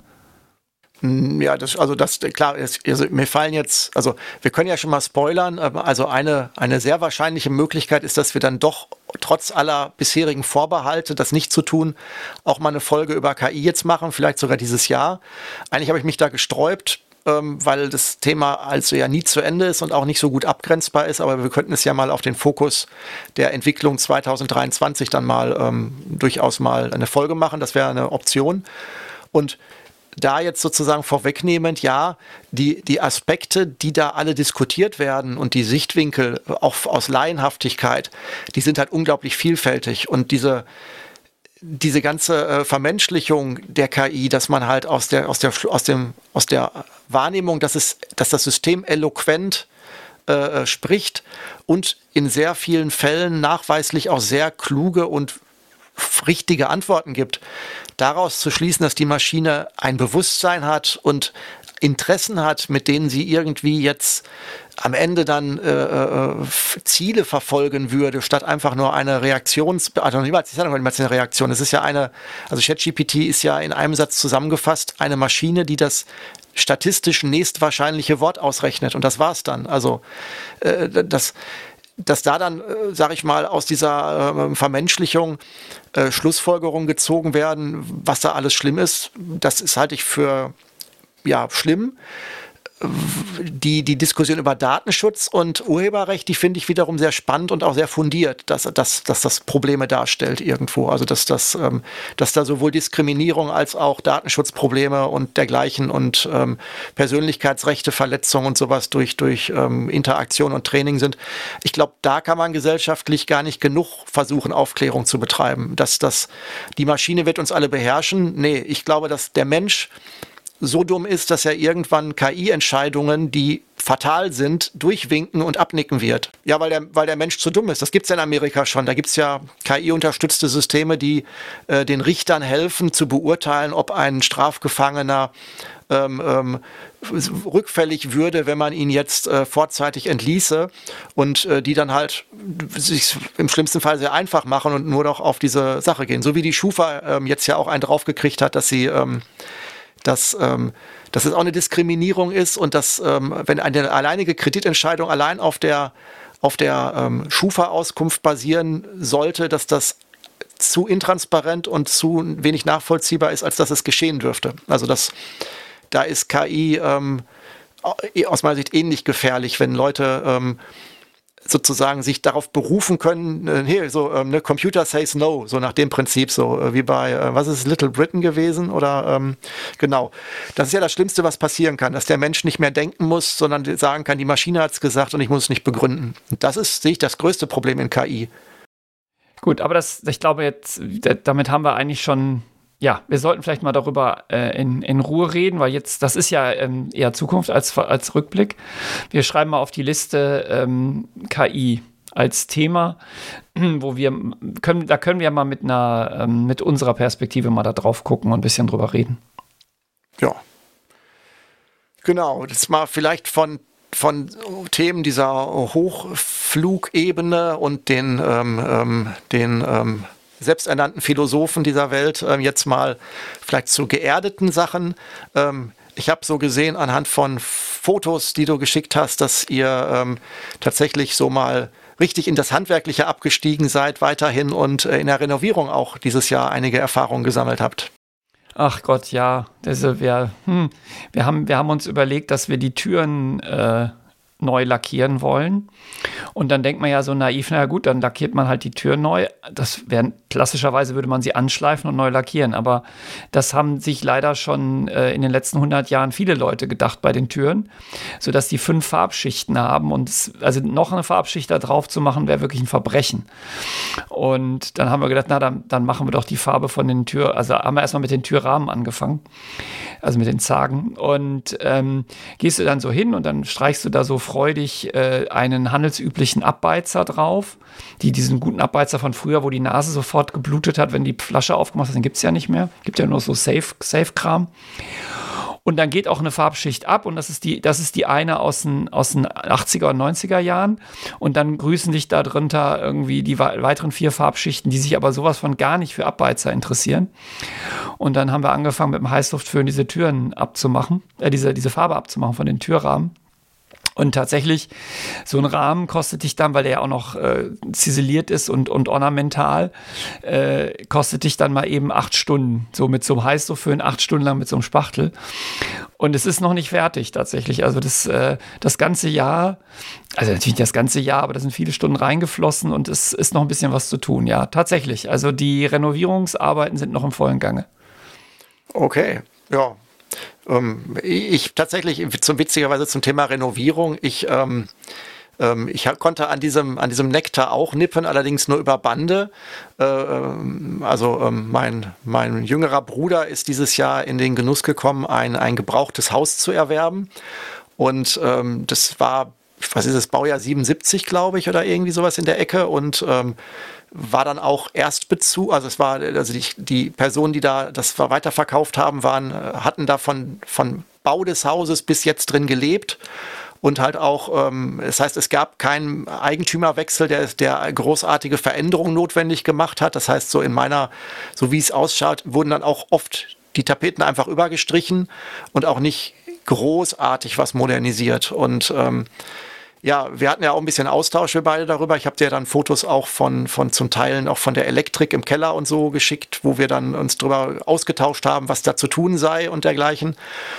Ja, das, also das, klar, es, also mir fallen jetzt, also wir können ja schon mal spoilern, also eine, eine sehr wahrscheinliche Möglichkeit ist, dass wir dann doch trotz aller bisherigen Vorbehalte, das nicht zu tun, auch mal eine Folge über K I jetzt machen, vielleicht sogar dieses Jahr. Eigentlich habe ich mich da gesträubt, ähm, weil das Thema also ja nie zu Ende ist und auch nicht so gut abgrenzbar ist, aber wir könnten es ja mal auf den Fokus der Entwicklung zwanzig dreiundzwanzig dann mal ähm, durchaus mal eine Folge machen, das wäre eine Option. Und da jetzt sozusagen vorwegnehmend, ja, die, die Aspekte, die da alle diskutiert werden und die Sichtwinkel, auch aus Laienhaftigkeit, die sind halt unglaublich vielfältig und diese, diese ganze äh, Vermenschlichung der K I, dass man halt aus der, aus der, aus dem, aus der Wahrnehmung, dass es, dass das System eloquent äh, spricht und in sehr vielen Fällen nachweislich auch sehr kluge und richtige Antworten gibt, daraus zu schließen, dass die Maschine ein Bewusstsein hat und Interessen hat, mit denen sie irgendwie jetzt am Ende dann äh, äh, Ziele verfolgen würde, statt einfach nur eine Reaktions... Also niemals, ich sage niemals eine Reaktion. Es ist ja eine... Also ChatGPT ist ja in einem Satz zusammengefasst eine Maschine, die das statistisch nächstwahrscheinliche Wort ausrechnet. Und das war's dann. Also äh, das... dass da dann, äh, sag ich mal, aus dieser äh, Vermenschlichung äh, Schlussfolgerungen gezogen werden, was da alles schlimm ist, das ist halte ich für ja, schlimm. Die, die Diskussion über Datenschutz und Urheberrecht, die finde ich wiederum sehr spannend und auch sehr fundiert, dass, dass, dass das Probleme darstellt irgendwo. Also dass, dass, ähm, dass da sowohl Diskriminierung als auch Datenschutzprobleme und dergleichen und ähm, Persönlichkeitsrechteverletzungen und sowas durch, durch ähm, Interaktion und Training sind. Ich glaube, da kann man gesellschaftlich gar nicht genug versuchen, Aufklärung zu betreiben. Dass, dass die Maschine wird uns alle beherrschen. Nee, ich glaube, dass der Mensch so dumm ist, dass er irgendwann K I-Entscheidungen, die fatal sind, durchwinken und abnicken wird. Ja, weil der, weil der Mensch zu dumm ist. Das gibt's ja in Amerika schon. Da gibt's ja K I-unterstützte Systeme, die äh, den Richtern helfen, zu beurteilen, ob ein Strafgefangener ähm, ähm, rückfällig würde, wenn man ihn jetzt äh, vorzeitig entließe und äh, die dann halt sich im schlimmsten Fall sehr einfach machen und nur noch auf diese Sache gehen. So wie die Schufa ähm, jetzt ja auch einen draufgekriegt hat, dass sie ähm, dass, ähm, dass es auch eine Diskriminierung ist und dass, ähm, wenn eine alleinige Kreditentscheidung allein auf der, auf der ähm, Schufa-Auskunft basieren sollte, dass das zu intransparent und zu wenig nachvollziehbar ist, als dass es geschehen dürfte. Also das, da ist K I ähm, aus meiner Sicht ähnlich gefährlich, wenn Leute ähm, sozusagen sich darauf berufen können, äh, hier, so, ähm, ne, Computer says no, so nach dem Prinzip, so äh, wie bei, äh, was ist es, Little Britain gewesen oder, ähm, genau. Das ist ja das Schlimmste, was passieren kann, dass der Mensch nicht mehr denken muss, sondern sagen kann, die Maschine hat es gesagt und ich muss es nicht begründen. Und das ist, sehe ich, das größte Problem in K I. Gut, aber das, ich glaube jetzt, damit haben wir eigentlich schon, ja, wir sollten vielleicht mal darüber äh, in, in Ruhe reden, weil jetzt, das ist ja ähm, eher Zukunft als, als Rückblick. Wir schreiben mal auf die Liste ähm, K I als Thema, wo wir können, da können wir mal mit einer, ähm, mit unserer Perspektive mal da drauf gucken und ein bisschen drüber reden. Ja. Genau, das mal vielleicht von von Themen dieser Hochflugebene und den, ähm, ähm, den ähm, selbsternannten Philosophen dieser Welt ähm, jetzt mal vielleicht zu geerdeten Sachen. Ähm, ich habe so gesehen anhand von Fotos, die du geschickt hast, dass ihr ähm, tatsächlich so mal richtig in das Handwerkliche abgestiegen seid weiterhin und äh, in der Renovierung auch dieses Jahr einige Erfahrungen gesammelt habt. Ach Gott, ja. Also wir, hm, wir, haben, wir haben uns überlegt, dass wir die Türen äh, neu lackieren wollen. Und dann denkt man ja so naiv, naja gut, dann lackiert man halt die Türen neu. Das wären, klassischerweise würde man sie anschleifen und neu lackieren. Aber das haben sich leider schon äh, in den letzten hundert Jahren viele Leute gedacht bei den Türen, sodass die fünf Farbschichten haben. Und es, also noch eine Farbschicht da drauf zu machen, wäre wirklich ein Verbrechen. Und dann haben wir gedacht, na, dann, dann machen wir doch die Farbe von den Türen. Also haben wir erstmal mit den Türrahmen angefangen, also mit den Zagen. Und ähm, gehst du dann so hin und dann streichst du da so freudig äh, einen handelsüblichen Abbeizer drauf, die diesen guten Abbeizer von früher, wo die Nase sofort geblutet hat, wenn die Flasche aufgemacht hat, den gibt es ja nicht mehr. Gibt ja nur so Safe, Safe-Kram. Und dann geht auch eine Farbschicht ab und das ist die, das ist die eine aus den, aus den achtziger und neunziger Jahren. Und dann grüßen dich da drunter irgendwie die weiteren vier Farbschichten, die sich aber sowas von gar nicht für Abbeizer interessieren. Und dann haben wir angefangen mit dem Heißluftföhn diese Türen abzumachen, äh, diese, diese Farbe abzumachen von den Türrahmen. Und tatsächlich, so ein Rahmen kostet dich dann, weil der ja auch noch äh, ziseliert ist und, und ornamental, äh, kostet dich dann mal eben acht Stunden. So mit so einem Heißluftföhn, acht Stunden lang mit so einem Spachtel. Und es ist noch nicht fertig tatsächlich. Also das, äh, das ganze Jahr, also natürlich das ganze Jahr, aber da sind viele Stunden reingeflossen und es ist noch ein bisschen was zu tun. Ja, tatsächlich. Also die Renovierungsarbeiten sind noch im vollen Gange. Okay, ja. Ähm, ich tatsächlich, zum, witzigerweise zum Thema Renovierung, ich ähm, Ähm, ich konnte an diesem, an diesem Nektar auch nippen, allerdings nur über Bande. Äh, also ähm, mein, mein jüngerer Bruder ist dieses Jahr in den Genuss gekommen, ein, ein gebrauchtes Haus zu erwerben. Und ähm, das war, was ist das, Baujahr siebenundsiebzig, glaube ich, oder irgendwie sowas in der Ecke. Und ähm, war dann auch Erstbezug, also es war, also die, die Personen, die da das weiterverkauft haben, waren, hatten da von, von Bau des Hauses bis jetzt drin gelebt und halt auch, ähm, das heißt, es gab keinen Eigentümerwechsel, der, der großartige Veränderungen notwendig gemacht hat. Das heißt, so in meiner, so wie es ausschaut, wurden dann auch oft die Tapeten einfach übergestrichen und auch nicht großartig was modernisiert. Und ähm, ja, wir hatten ja auch ein bisschen Austausch, wir beide darüber. Ich habe dir dann Fotos auch von, von zum Teilen auch von der Elektrik im Keller und so geschickt, wo wir dann uns darüber ausgetauscht haben, was da zu tun sei und dergleichen.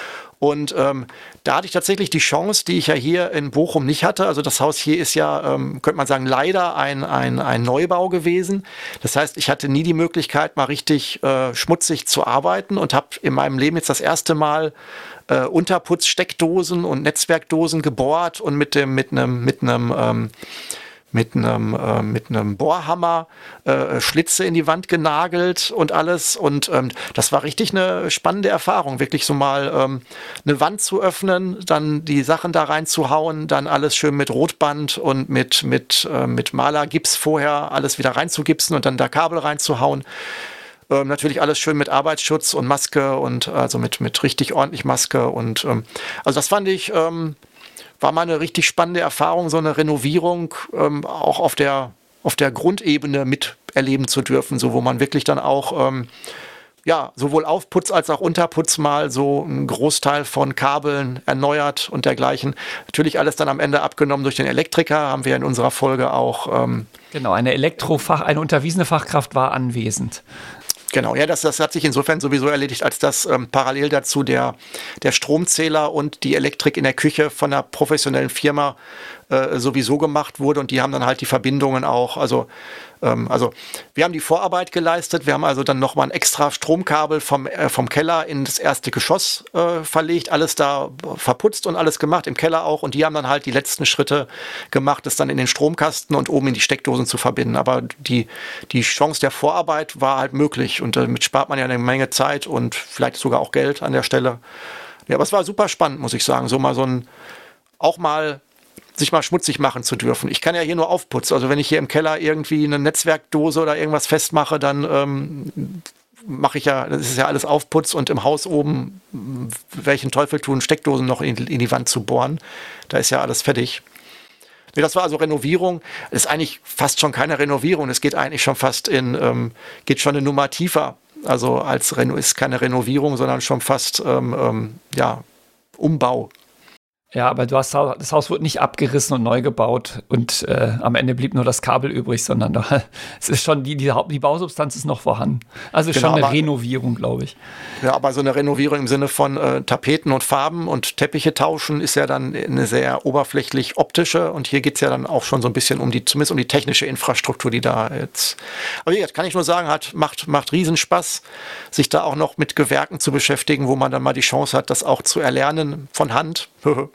Und ähm, da hatte ich tatsächlich die Chance, die ich ja hier in Bochum nicht hatte. Also das Haus hier ist ja, ähm, könnte man sagen, leider ein, ein, ein Neubau gewesen. Das heißt, ich hatte nie die Möglichkeit, mal richtig äh, schmutzig zu arbeiten und habe in meinem Leben jetzt das erste Mal äh, Unterputzsteckdosen und Netzwerkdosen gebohrt und mit dem mit einem mit einem ähm, mit einem äh, mit einem Bohrhammer äh, Schlitze in die Wand genagelt und alles. Und ähm, das war richtig eine spannende Erfahrung, wirklich so mal ähm, eine Wand zu öffnen, dann die Sachen da reinzuhauen, dann alles schön mit Rotband und mit mit äh, mit Malergips vorher alles wieder reinzugipsen und dann da Kabel reinzuhauen. Ähm, natürlich alles schön mit Arbeitsschutz und Maske und also mit mit richtig ordentlich Maske und ähm, also das fand ich ähm, war mal eine richtig spannende Erfahrung, so eine Renovierung ähm, auch auf der, auf der Grundebene miterleben zu dürfen, so wo man wirklich dann auch ähm, ja, sowohl Aufputz als auch Unterputz mal so einen Großteil von Kabeln erneuert und dergleichen. Natürlich alles dann am Ende abgenommen durch den Elektriker, haben wir in unserer Folge auch. Ähm, genau, eine Elektrofach, eine unterwiesene Fachkraft war anwesend. Genau, ja, das, das hat sich insofern sowieso erledigt, als dass ähm, parallel dazu der, der Stromzähler und die Elektrik in der Küche von einer professionellen Firma äh, sowieso gemacht wurde und die haben dann halt die Verbindungen auch, also ähm, also wir haben die Vorarbeit geleistet, wir haben also dann nochmal ein extra Stromkabel vom, äh, vom Keller in das erste Geschoss äh, verlegt, alles da verputzt und alles gemacht, im Keller auch und die haben dann halt die letzten Schritte gemacht, das dann in den Stromkasten und oben in die Steckdosen zu verbinden, aber die, die Chance der Vorarbeit war halt möglich und damit spart man ja eine Menge Zeit und vielleicht sogar auch Geld an der Stelle. Ja, aber es war super spannend, muss ich sagen, so mal so ein, auch mal sich mal schmutzig machen zu dürfen. Ich kann ja hier nur aufputzen. Also wenn ich hier im Keller irgendwie eine Netzwerkdose oder irgendwas festmache, dann ähm, mache ich ja, das ist ja alles Aufputz und im Haus oben, welchen Teufel tun, Steckdosen noch in, in die Wand zu bohren. Da ist ja alles fertig. Nee, das war also Renovierung. Das ist eigentlich fast schon keine Renovierung. Es geht eigentlich schon fast in, ähm, geht schon eine Nummer tiefer. Also als Reno ist keine Renovierung, sondern schon fast ähm, ähm, ja, Umbau. Ja, aber du hast, das Haus wurde nicht abgerissen und neu gebaut und äh, am Ende blieb nur das Kabel übrig, sondern da, es ist schon, die, die, die Bausubstanz ist noch vorhanden. Also genau, schon eine aber, Renovierung, glaube ich. Ja, aber so eine Renovierung im Sinne von äh, Tapeten und Farben und Teppiche tauschen ist ja dann eine sehr oberflächlich optische und hier geht es ja dann auch schon so ein bisschen um die, zumindest um die technische Infrastruktur, die da jetzt, aber jetzt kann ich nur sagen, hat, macht, macht Riesenspaß, sich da auch noch mit Gewerken zu beschäftigen, wo man dann mal die Chance hat, das auch zu erlernen von Hand.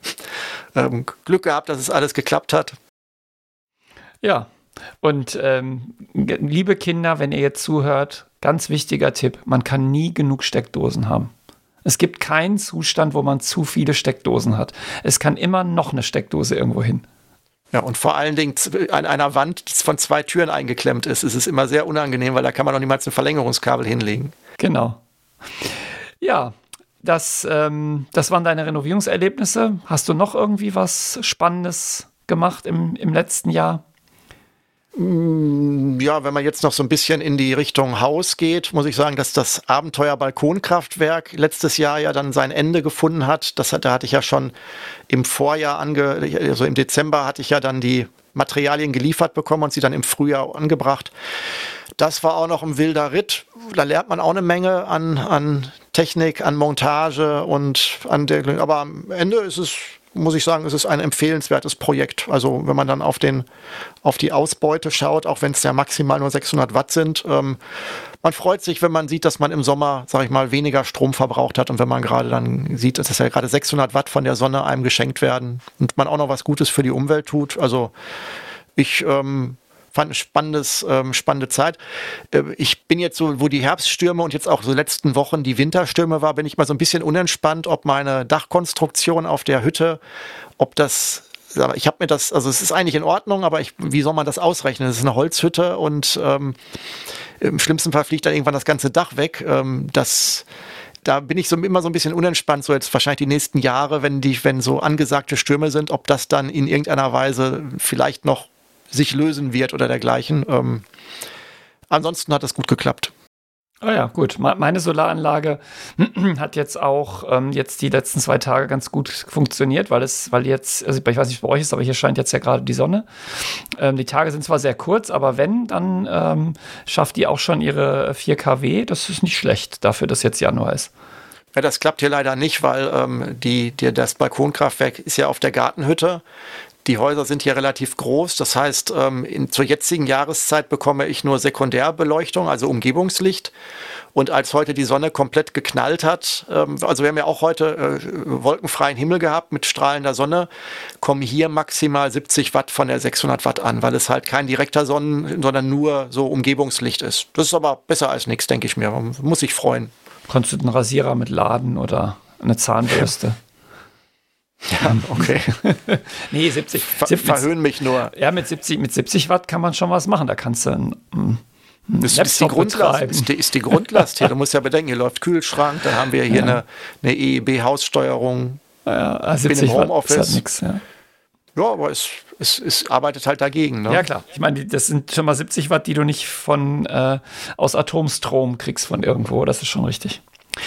ähm, Glück gehabt, dass es alles geklappt hat. Ja, und ähm, liebe Kinder, wenn ihr jetzt zuhört, ganz wichtiger Tipp, man kann nie genug Steckdosen haben. Es gibt keinen Zustand, wo man zu viele Steckdosen hat. Es kann immer noch eine Steckdose irgendwo hin. Ja, und vor allen Dingen an einer Wand, die von zwei Türen eingeklemmt ist, ist es immer sehr unangenehm, weil da kann man noch niemals ein Verlängerungskabel hinlegen. Genau. Ja, Das, ähm, das waren deine Renovierungserlebnisse. Hast du noch irgendwie was Spannendes gemacht im, im letzten Jahr? Ja, wenn man jetzt noch so ein bisschen in die Richtung Haus geht, muss ich sagen, dass das Abenteuer Balkonkraftwerk letztes Jahr ja dann sein Ende gefunden hat. Das hat, da hatte ich ja schon im Vorjahr, ange, also im Dezember hatte ich ja dann die Materialien geliefert bekommen und sie dann im Frühjahr angebracht. Das war auch noch ein wilder Ritt. Da lernt man auch eine Menge an, an Technik, an Montage und an der, aber am Ende ist es, muss ich sagen, es ist ein empfehlenswertes Projekt. Also wenn man dann auf den, auf die Ausbeute schaut, auch wenn es ja maximal nur sechshundert Watt sind, ähm, man freut sich, wenn man sieht, dass man im Sommer, sag ich mal, weniger Strom verbraucht hat und wenn man gerade dann sieht, dass ja gerade sechshundert Watt von der Sonne einem geschenkt werden und man auch noch was Gutes für die Umwelt tut. Also ich ähm, fand eine spannendes, ähm, spannende Zeit. Äh, ich bin jetzt so, wo die Herbststürme und jetzt auch so letzten Wochen die Winterstürme war, bin ich mal so ein bisschen unentspannt, ob meine Dachkonstruktion auf der Hütte, ob das ich habe mir das, also es ist eigentlich in Ordnung, aber ich, wie soll man das ausrechnen? Es ist eine Holzhütte und ähm, im schlimmsten Fall fliegt dann irgendwann das ganze Dach weg. Ähm, das, da bin ich so immer so ein bisschen unentspannt, so jetzt wahrscheinlich die nächsten Jahre, wenn die, wenn so angesagte Stürme sind, ob das dann in irgendeiner Weise vielleicht noch sich lösen wird oder dergleichen. Ähm, ansonsten hat das gut geklappt. Ah ja, gut. Meine Solaranlage hat jetzt auch ähm, jetzt die letzten zwei Tage ganz gut funktioniert, weil es, weil jetzt, also ich weiß nicht, was bei euch ist, aber hier scheint jetzt ja gerade die Sonne. Ähm, die Tage sind zwar sehr kurz, aber wenn, dann ähm, schafft die auch schon ihre vier Kilowatt. Das ist nicht schlecht dafür, dass jetzt Januar ist. Ja, das klappt hier leider nicht, weil ähm, die, die, das Balkonkraftwerk ist ja auf der Gartenhütte. Die Häuser sind hier relativ groß, das heißt, ähm, in, zur jetzigen Jahreszeit bekomme ich nur Sekundärbeleuchtung, also Umgebungslicht. Und als heute die Sonne komplett geknallt hat, ähm, also wir haben ja auch heute äh, wolkenfreien Himmel gehabt mit strahlender Sonne, kommen hier maximal siebzig Watt von der sechshundert Watt an, weil es halt kein direkter Sonnen, sondern nur so Umgebungslicht ist. Das ist aber besser als nichts, denke ich mir. Man muss sich freuen. Konntest du einen Rasierer mit laden oder eine Zahnbürste? Ja, okay. Nee, siebzig. Ver verhöhnen mich nur. Ja, mit siebzig, mit siebzig Watt kann man schon was machen. Da kannst du ein, ein das ist die, Grundlast, ist, die, ist die Grundlast hier. Du musst ja bedenken, hier läuft Kühlschrank, dann haben wir hier ja. eine, eine E E B-Haussteuerung. Ja, siebzig bin im Homeoffice. Watt ist halt nix, ja. Ja, aber es, es, es arbeitet halt dagegen. Ne? Ja, klar. Ich meine, das sind schon mal siebzig Watt, die du nicht von äh, aus Atomstrom kriegst von irgendwo. Das ist schon richtig.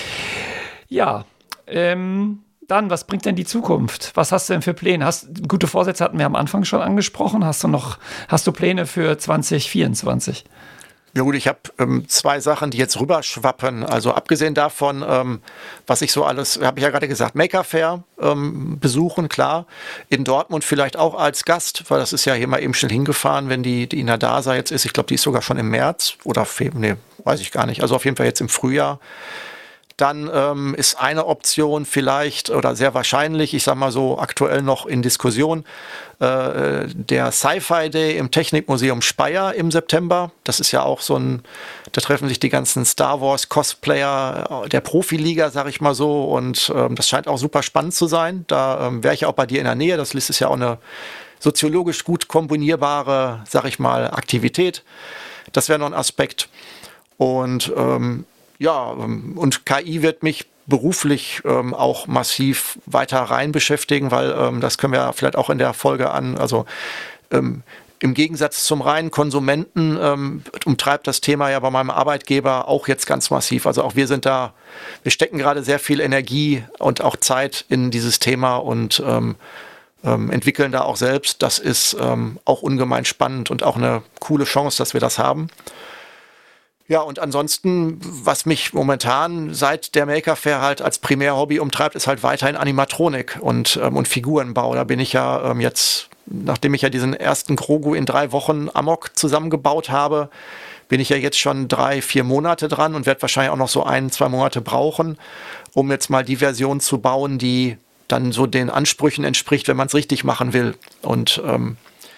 Ja, ähm, dann, was bringt denn die Zukunft? Was hast du denn für Pläne? Hast, gute Vorsätze hatten wir am Anfang schon angesprochen. Hast du noch, hast du Pläne für zwanzig vierundzwanzig? Ja gut, ich habe ähm, zwei Sachen, die jetzt rüberschwappen. Also abgesehen davon, ähm, was ich so alles, habe ich ja gerade gesagt, Maker Faire ähm, besuchen, klar. In Dortmund vielleicht auch als Gast, weil das ist ja hier mal eben schnell hingefahren, wenn die, die Ina Dasa jetzt ist. Ich glaube, die ist sogar schon im März oder Februar, nee, weiß ich gar nicht. Also auf jeden Fall jetzt im Frühjahr. Dann ähm, ist eine Option vielleicht oder sehr wahrscheinlich, ich sag mal so aktuell noch in Diskussion, äh, der Sci-Fi Day im Technikmuseum Speyer im September. Das ist ja auch so ein, da treffen sich die ganzen Star Wars Cosplayer der Profiliga, sag ich mal so. Und ähm, das scheint auch super spannend zu sein. Da ähm, wäre ich auch bei dir in der Nähe. Das ist ja auch eine soziologisch gut kombinierbare, sag ich mal, Aktivität. Das wäre noch ein Aspekt. Und ähm, ja, und K I wird mich beruflich ähm, auch massiv weiter rein beschäftigen, weil ähm, das können wir vielleicht auch in der Folge an, also ähm, im Gegensatz zum reinen Konsumenten ähm, umtreibt das Thema ja bei meinem Arbeitgeber auch jetzt ganz massiv. Also auch wir sind da, wir stecken gerade sehr viel Energie und auch Zeit in dieses Thema und ähm, ähm, entwickeln da auch selbst. Das ist ähm, auch ungemein spannend und auch eine coole Chance, dass wir das haben. Ja, und ansonsten, was mich momentan seit der Maker Faire halt als Primärhobby umtreibt, ist halt weiterhin Animatronik und, ähm, und Figurenbau. Da bin ich ja ähm, jetzt, nachdem ich ja diesen ersten Grogu in drei Wochen Amok zusammengebaut habe, bin ich ja jetzt schon drei, vier Monate dran und werde wahrscheinlich auch noch so ein, zwei Monate brauchen, um jetzt mal die Version zu bauen, die dann so den Ansprüchen entspricht, wenn man es richtig machen will. Und ähm,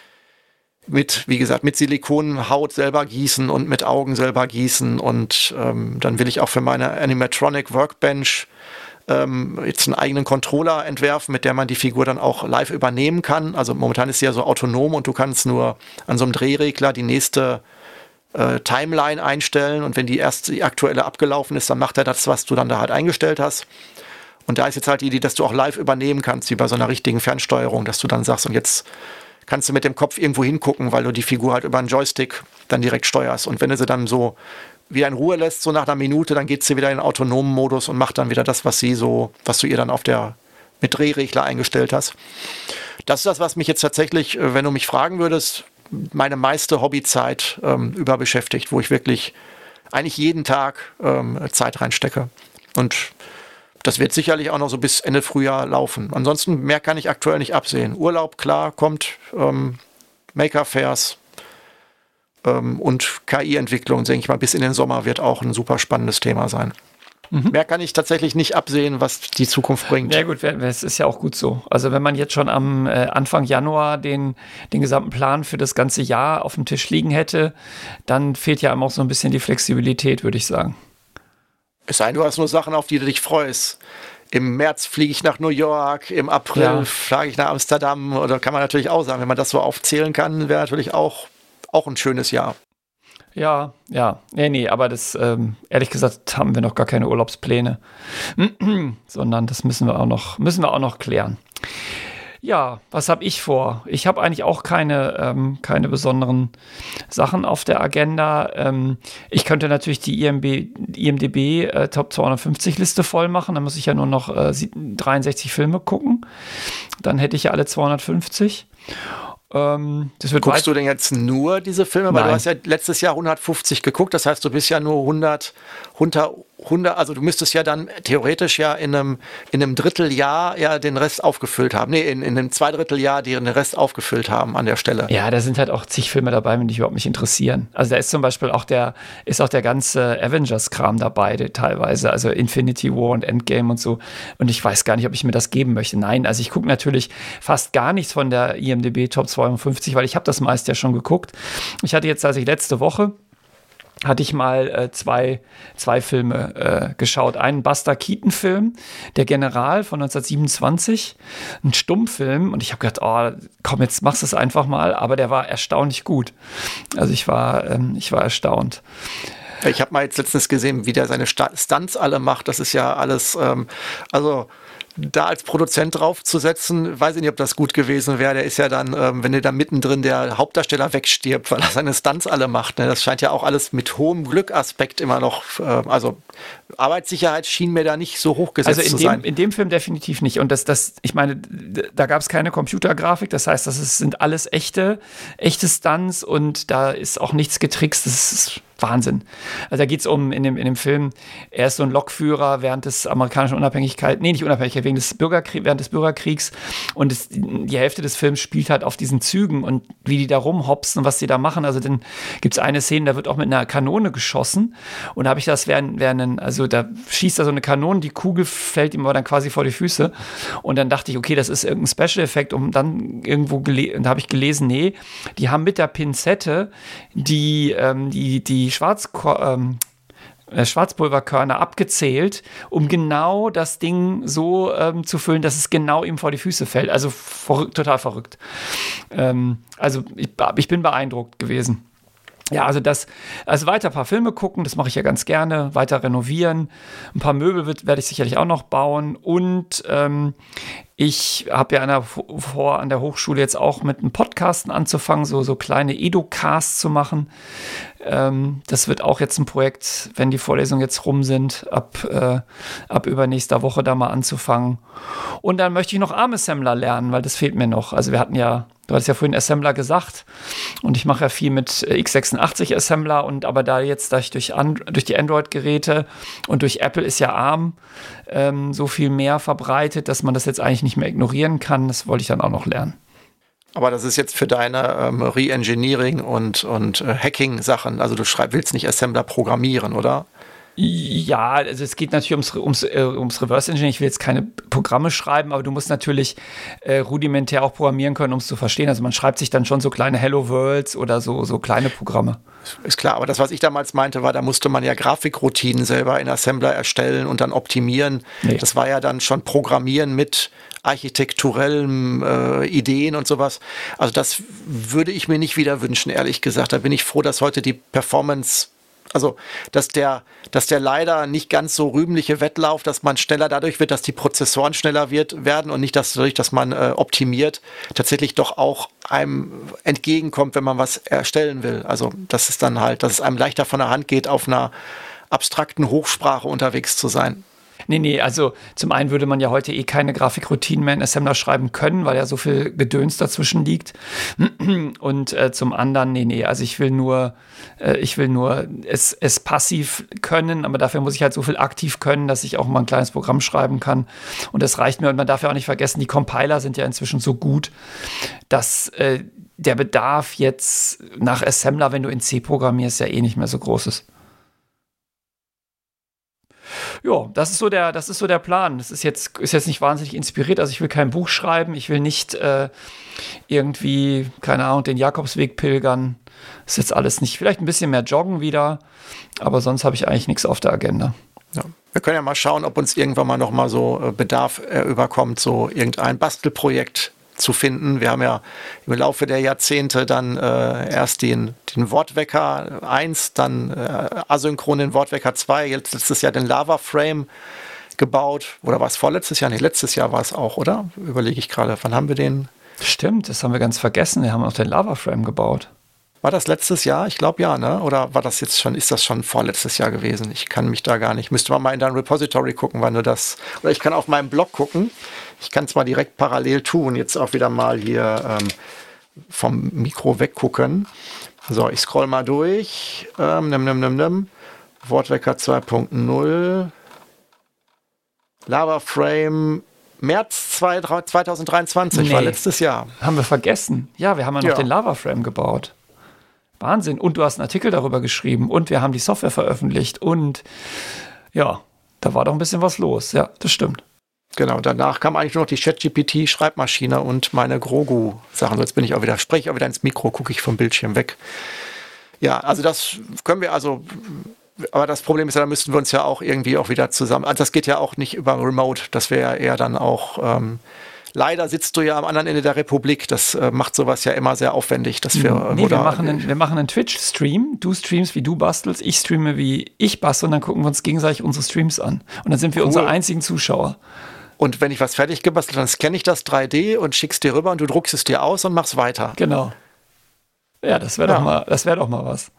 mit, wie gesagt, mit Silikonhaut selber gießen und mit Augen selber gießen und ähm, dann will ich auch für meine Animatronic Workbench ähm, jetzt einen eigenen Controller entwerfen, mit der man die Figur dann auch live übernehmen kann. Also momentan ist sie ja so autonom und du kannst nur an so einem Drehregler die nächste äh, Timeline einstellen und wenn die erste, die aktuelle abgelaufen ist, dann macht er das, was du dann da halt eingestellt hast. Und da ist jetzt halt die Idee, dass du auch live übernehmen kannst, wie bei so einer richtigen Fernsteuerung, dass du dann sagst, und jetzt kannst du mit dem Kopf irgendwo hingucken, weil du die Figur halt über einen Joystick dann direkt steuerst. Und wenn du sie dann so wieder in Ruhe lässt, so nach einer Minute, dann geht sie wieder in den autonomen Modus und macht dann wieder das, was sie so, was du ihr dann auf der mit Drehregler eingestellt hast. Das ist das, was mich jetzt tatsächlich, wenn du mich fragen würdest, meine meiste Hobbyzeit ähm, über beschäftigt, wo ich wirklich eigentlich jeden Tag ähm, Zeit reinstecke. Und das wird sicherlich auch noch so bis Ende Frühjahr laufen. Ansonsten mehr kann ich aktuell nicht absehen. Urlaub, klar, kommt, ähm, Maker Fairs ähm, und K I-Entwicklung, denke ich mal, bis in den Sommer wird auch ein super spannendes Thema sein. Mhm. Mehr kann ich tatsächlich nicht absehen, was die Zukunft bringt. Ja gut, es ist ja auch gut so. Also wenn man jetzt schon am äh, Anfang Januar den, den gesamten Plan für das ganze Jahr auf dem Tisch liegen hätte, dann fehlt ja einem auch so ein bisschen die Flexibilität, würde ich sagen. Es sei denn, du hast nur Sachen, auf die du dich freust. Im März fliege ich nach New York, im April ja. fliege ich nach Amsterdam. Oder kann man natürlich auch sagen, wenn man das so aufzählen kann, wäre natürlich auch, auch ein schönes Jahr. Ja, ja, nee, nee, aber das, ähm, ehrlich gesagt, haben wir noch gar keine Urlaubspläne, sondern das müssen wir auch noch, müssen wir auch noch klären. Ja, was habe ich vor? Ich habe eigentlich auch keine, ähm, keine besonderen Sachen auf der Agenda. Ähm, ich könnte natürlich die I M D B äh, Top zweihundertfünfzig Liste voll machen, dann muss ich ja nur noch äh, dreiundsechzig Filme gucken, dann hätte ich ja alle zweihundertfünfzig. Ähm, das wird Guckst du denn jetzt nur diese Filme? Weil Nein. du hast ja letztes Jahr hundertfünfzig geguckt, das heißt, du bist ja nur hundert, hundert, hundert, also du müsstest ja dann theoretisch ja in einem, in einem Dritteljahr ja den Rest aufgefüllt haben. Nee, in, in einem Zweidritteljahr den Rest aufgefüllt haben an der Stelle. Ja, da sind halt auch zig Filme dabei, die mich überhaupt nicht interessieren. Also da ist zum Beispiel auch der, ist auch der ganze Avengers-Kram dabei, teilweise, also Infinity War und Endgame und so. Und ich weiß gar nicht, ob ich mir das geben möchte. Nein, also ich gucke natürlich fast gar nichts von der I M D B Top zweihundertfünfzig, weil ich habe das meist ja schon geguckt. Ich hatte jetzt, als ich letzte Woche hatte ich mal äh, zwei, zwei Filme äh, geschaut. Einen Buster Keaton-Film, Der General von neunzehnhundertsiebenundzwanzig, ein Stummfilm. Und ich habe gedacht, oh, komm, jetzt machst du es einfach mal. Aber der war erstaunlich gut. Also ich war, ähm, ich war erstaunt. Ich habe mal jetzt letztens gesehen, wie der seine Stunts alle macht. Das ist ja alles, ähm, also da als Produzent draufzusetzen, weiß ich nicht, ob das gut gewesen wäre. Der ist ja dann, ähm, wenn der da mittendrin der Hauptdarsteller wegstirbt, weil er seine Stunts alle macht. Ne? Das scheint ja auch alles mit hohem Glückaspekt immer noch, äh, also Arbeitssicherheit schien mir da nicht so hochgesetzt also in zu dem, sein. In dem Film definitiv nicht. Und das, das, ich meine, da gab es keine Computergrafik. Das heißt, das ist, sind alles echte, echte Stunts und da ist auch nichts getrickst. Das ist Wahnsinn. Also da geht es um, in dem, in dem Film, er ist so ein Lokführer während des amerikanischen Unabhängigkeit, nee, nicht Unabhängigkeit, wegen des Bürgerkrie- während des Bürgerkriegs und es, die Hälfte des Films spielt halt auf diesen Zügen und wie die da rumhopsen, was die da machen. Also dann gibt es eine Szene, da wird auch mit einer Kanone geschossen und da habe ich das während, während, also da schießt er so eine Kanone, die Kugel fällt ihm aber dann quasi vor die Füße und dann dachte ich, okay, das ist irgendein Special-Effekt und dann irgendwo, gele- und da habe ich gelesen, nee, die haben mit der Pinzette die, ähm, die, die Schwarz, ähm, Schwarzpulverkörner abgezählt, um genau das Ding so ähm, zu füllen, dass es genau ihm vor die Füße fällt. Also verrückt, total verrückt. Ähm, also ich, ich bin beeindruckt gewesen. Ja, also das, also weiter ein paar Filme gucken, das mache ich ja ganz gerne, weiter renovieren, ein paar Möbel wird, werde ich sicherlich auch noch bauen und ähm, ich habe ja an der, vor, an der Hochschule jetzt auch mit einem Podcasten anzufangen, so, so kleine Educasts zu machen. Ähm, das wird auch jetzt ein Projekt, wenn die Vorlesungen jetzt rum sind, ab, äh, ab übernächster Woche da mal anzufangen. Und dann möchte ich noch ARM-Assembler lernen, weil das fehlt mir noch. Also wir hatten ja, du hattest ja vorhin Assembler gesagt und ich mache ja viel mit x sechsundachtzig Assembler und aber da jetzt durch, durch, And- durch die Android-Geräte und durch Apple ist ja ARM ähm, so viel mehr verbreitet, dass man das jetzt eigentlich nicht mehr ignorieren kann. Das wollte ich dann auch noch lernen. Aber das ist jetzt für deine ähm, Re-Engineering und, und äh, Hacking-Sachen, also du schreib, willst nicht Assembler programmieren, oder? Ja, also es geht natürlich ums, ums, äh, ums Reverse Engineering. Ich will jetzt keine Programme schreiben, aber du musst natürlich äh, rudimentär auch programmieren können, um es zu verstehen. Also man schreibt sich dann schon so kleine Hello Worlds oder so, so kleine Programme. Ist klar, aber das, was ich damals meinte, war, da musste man ja Grafikroutinen selber in Assembler erstellen und dann optimieren. Nee. Das war ja dann schon Programmieren mit architekturellen äh, Ideen und sowas. Also das würde ich mir nicht wieder wünschen, ehrlich gesagt. Da bin ich froh, dass heute die Performance, also dass der, dass der leider nicht ganz so rühmliche Wettlauf, dass man schneller dadurch wird, dass die Prozessoren schneller wird, werden und nicht dass dadurch, dass man äh, optimiert, tatsächlich doch auch einem entgegenkommt, wenn man was erstellen will. Also das ist dann halt, dass es einem leichter von der Hand geht, auf einer abstrakten Hochsprache unterwegs zu sein. Nee, nee, also zum einen würde man ja heute eh keine Grafikroutinen mehr in Assembler schreiben können, weil ja so viel Gedöns dazwischen liegt. Und äh, zum anderen, nee, nee, also ich will nur, äh, ich will nur es, es passiv können, aber dafür muss ich halt so viel aktiv können, dass ich auch mal ein kleines Programm schreiben kann. Und das reicht mir. Und man darf ja auch nicht vergessen, die Compiler sind ja inzwischen so gut, dass äh, der Bedarf jetzt nach Assembler, wenn du in C programmierst, ja eh nicht mehr so groß ist. Ja, das ist so der, das ist so der Plan. Das ist jetzt, ist jetzt nicht wahnsinnig inspiriert. Also ich will kein Buch schreiben, ich will nicht äh, irgendwie, keine Ahnung, den Jakobsweg pilgern. Das ist jetzt alles nicht. Vielleicht ein bisschen mehr joggen wieder, aber sonst habe ich eigentlich nichts auf der Agenda. Ja. Wir können ja mal schauen, ob uns irgendwann mal noch mal so äh, Bedarf äh, überkommt, so irgendein Bastelprojekt zu finden. Wir haben ja im Laufe der Jahrzehnte dann äh, erst den, den Wortwecker eins, dann äh, asynchron den Wortwecker zwei, jetzt letztes Jahr den Lava Frame gebaut. Oder war es vorletztes Jahr? Nee, letztes Jahr war es auch, oder? Überlege ich gerade. Wann haben wir den? Stimmt, das haben wir ganz vergessen. Wir haben auch den Lava Frame gebaut. War das letztes Jahr? Ich glaube ja, ne? Oder war das jetzt schon, ist das schon vorletztes Jahr gewesen? Ich kann mich da gar nicht. Müsste man mal in dein Repository gucken, wann du das. Oder ich kann auf meinem Blog gucken. Ich kann es mal direkt parallel tun. Jetzt auch wieder mal hier ähm, vom Mikro weggucken. So, ich scroll mal durch. Ähm, nimm, nimm, nimm, nimm. Wortwecker zwei Punkt null. Lava Frame. März zwanzig dreiundzwanzig, nee, war letztes Jahr. Haben wir vergessen. Ja, wir haben ja noch ja. den Lava Frame gebaut. Wahnsinn. Und du hast einen Artikel darüber geschrieben und wir haben die Software veröffentlicht und ja, da war doch ein bisschen was los. Ja, das stimmt. Genau, danach kam eigentlich nur noch die ChatGPT-Schreibmaschine und meine Grogu-Sachen. Jetzt bin ich auch wieder, spreche ich auch wieder ins Mikro, gucke ich vom Bildschirm weg. Ja, also das können wir also, aber das Problem ist ja, da müssten wir uns ja auch irgendwie auch wieder zusammen, also das geht ja auch nicht über Remote, das wäre ja eher dann auch, ähm, leider sitzt du ja am anderen Ende der Republik, das äh, macht sowas ja immer sehr aufwendig, dass wir, nee, oder, wir machen einen, wir machen einen Twitch-Stream, du streamst, wie du bastelst, ich streame, wie ich bastel und dann gucken wir uns gegenseitig unsere Streams an und dann sind wir cool. unsere einzigen Zuschauer. Und wenn ich was fertig gebastelt habe, dann scanne ich das drei D und schick's dir rüber und du druckst es dir aus und machst weiter. Genau. Ja, das wäre ja. doch mal, das wäre doch mal was.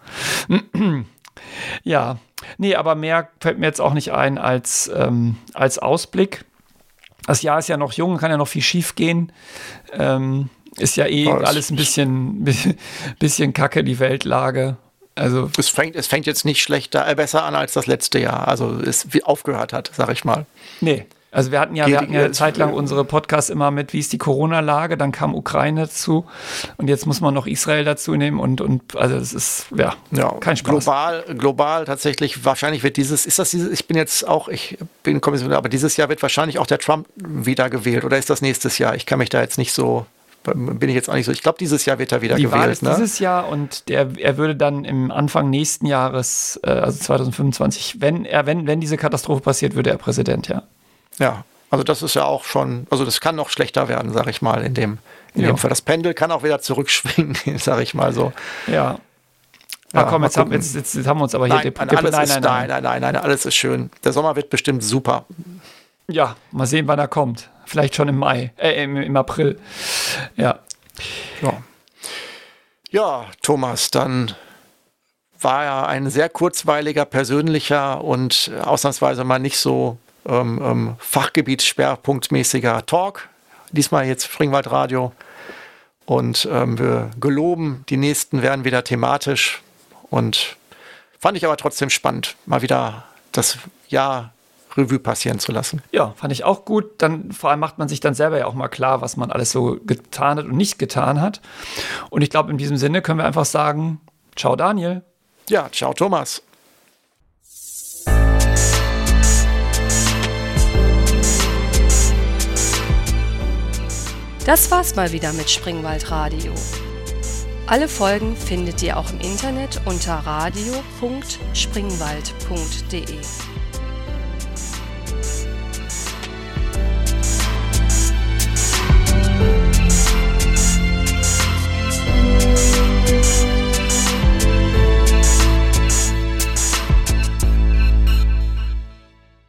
Ja, nee, aber mehr fällt mir jetzt auch nicht ein als, ähm, als Ausblick. Das Jahr ist ja noch jung, kann ja noch viel schief gehen. Ähm, ist ja eh alles, alles ein bisschen, bisschen kacke, die Weltlage. Also es fängt, es fängt jetzt nicht schlechter, äh, besser an als das letzte Jahr. Also es wie aufgehört hat, sag ich mal. Nee. Also wir hatten ja, wir hatten ja eine Zeit lang unsere Podcasts immer mit, wie ist die Corona-Lage, dann kam Ukraine dazu und jetzt muss man noch Israel dazu nehmen und, und also es ist ja, ja kein Spaß. Global, global tatsächlich, wahrscheinlich wird dieses, ist das dieses, ich bin jetzt auch, ich bin Kommission, aber dieses Jahr wird wahrscheinlich auch der Trump wieder gewählt oder ist das nächstes Jahr? Ich kann mich da jetzt nicht so, bin ich jetzt auch nicht so, ich glaube dieses Jahr wird er wieder die gewählt. Wahl ist ne? dieses Jahr und der, er würde dann im Anfang nächsten Jahres, äh, also zwanzig fünfundzwanzig, wenn er, wenn, wenn diese Katastrophe passiert, würde er Präsident, ja. Ja. Also das ist ja auch schon, also das kann noch schlechter werden, sag ich mal, in dem, in ja. dem Fall. Das Pendel kann auch wieder zurückschwingen, sag ich mal so. Ja. Ah, ja, komm, jetzt haben, jetzt, jetzt, jetzt haben wir uns aber hier... Nein, nein, alles nein, ist, nein, nein, nein, nein, nein, alles ist schön. Der Sommer wird bestimmt super. Ja, mal sehen, wann er kommt. Vielleicht schon im Mai, äh, im, im April. Ja. Ja. Ja, Thomas, dann war ja ein sehr kurzweiliger, persönlicher und ausnahmsweise mal nicht so Ähm, ähm, Fachgebietsschwerpunktmäßiger Talk, diesmal jetzt Springwald Radio und ähm, wir geloben, die nächsten werden wieder thematisch und fand ich aber trotzdem spannend, mal wieder das Jahr Revue passieren zu lassen. Ja, fand ich auch gut, dann vor allem macht man sich dann selber ja auch mal klar, was man alles so getan hat und nicht getan hat und ich glaube in diesem Sinne können wir einfach sagen, ciao Daniel. Ja, ciao Thomas. Das war's mal wieder mit Springwald Radio. Alle Folgen findet ihr auch im Internet unter radio punkt springwald punkt de.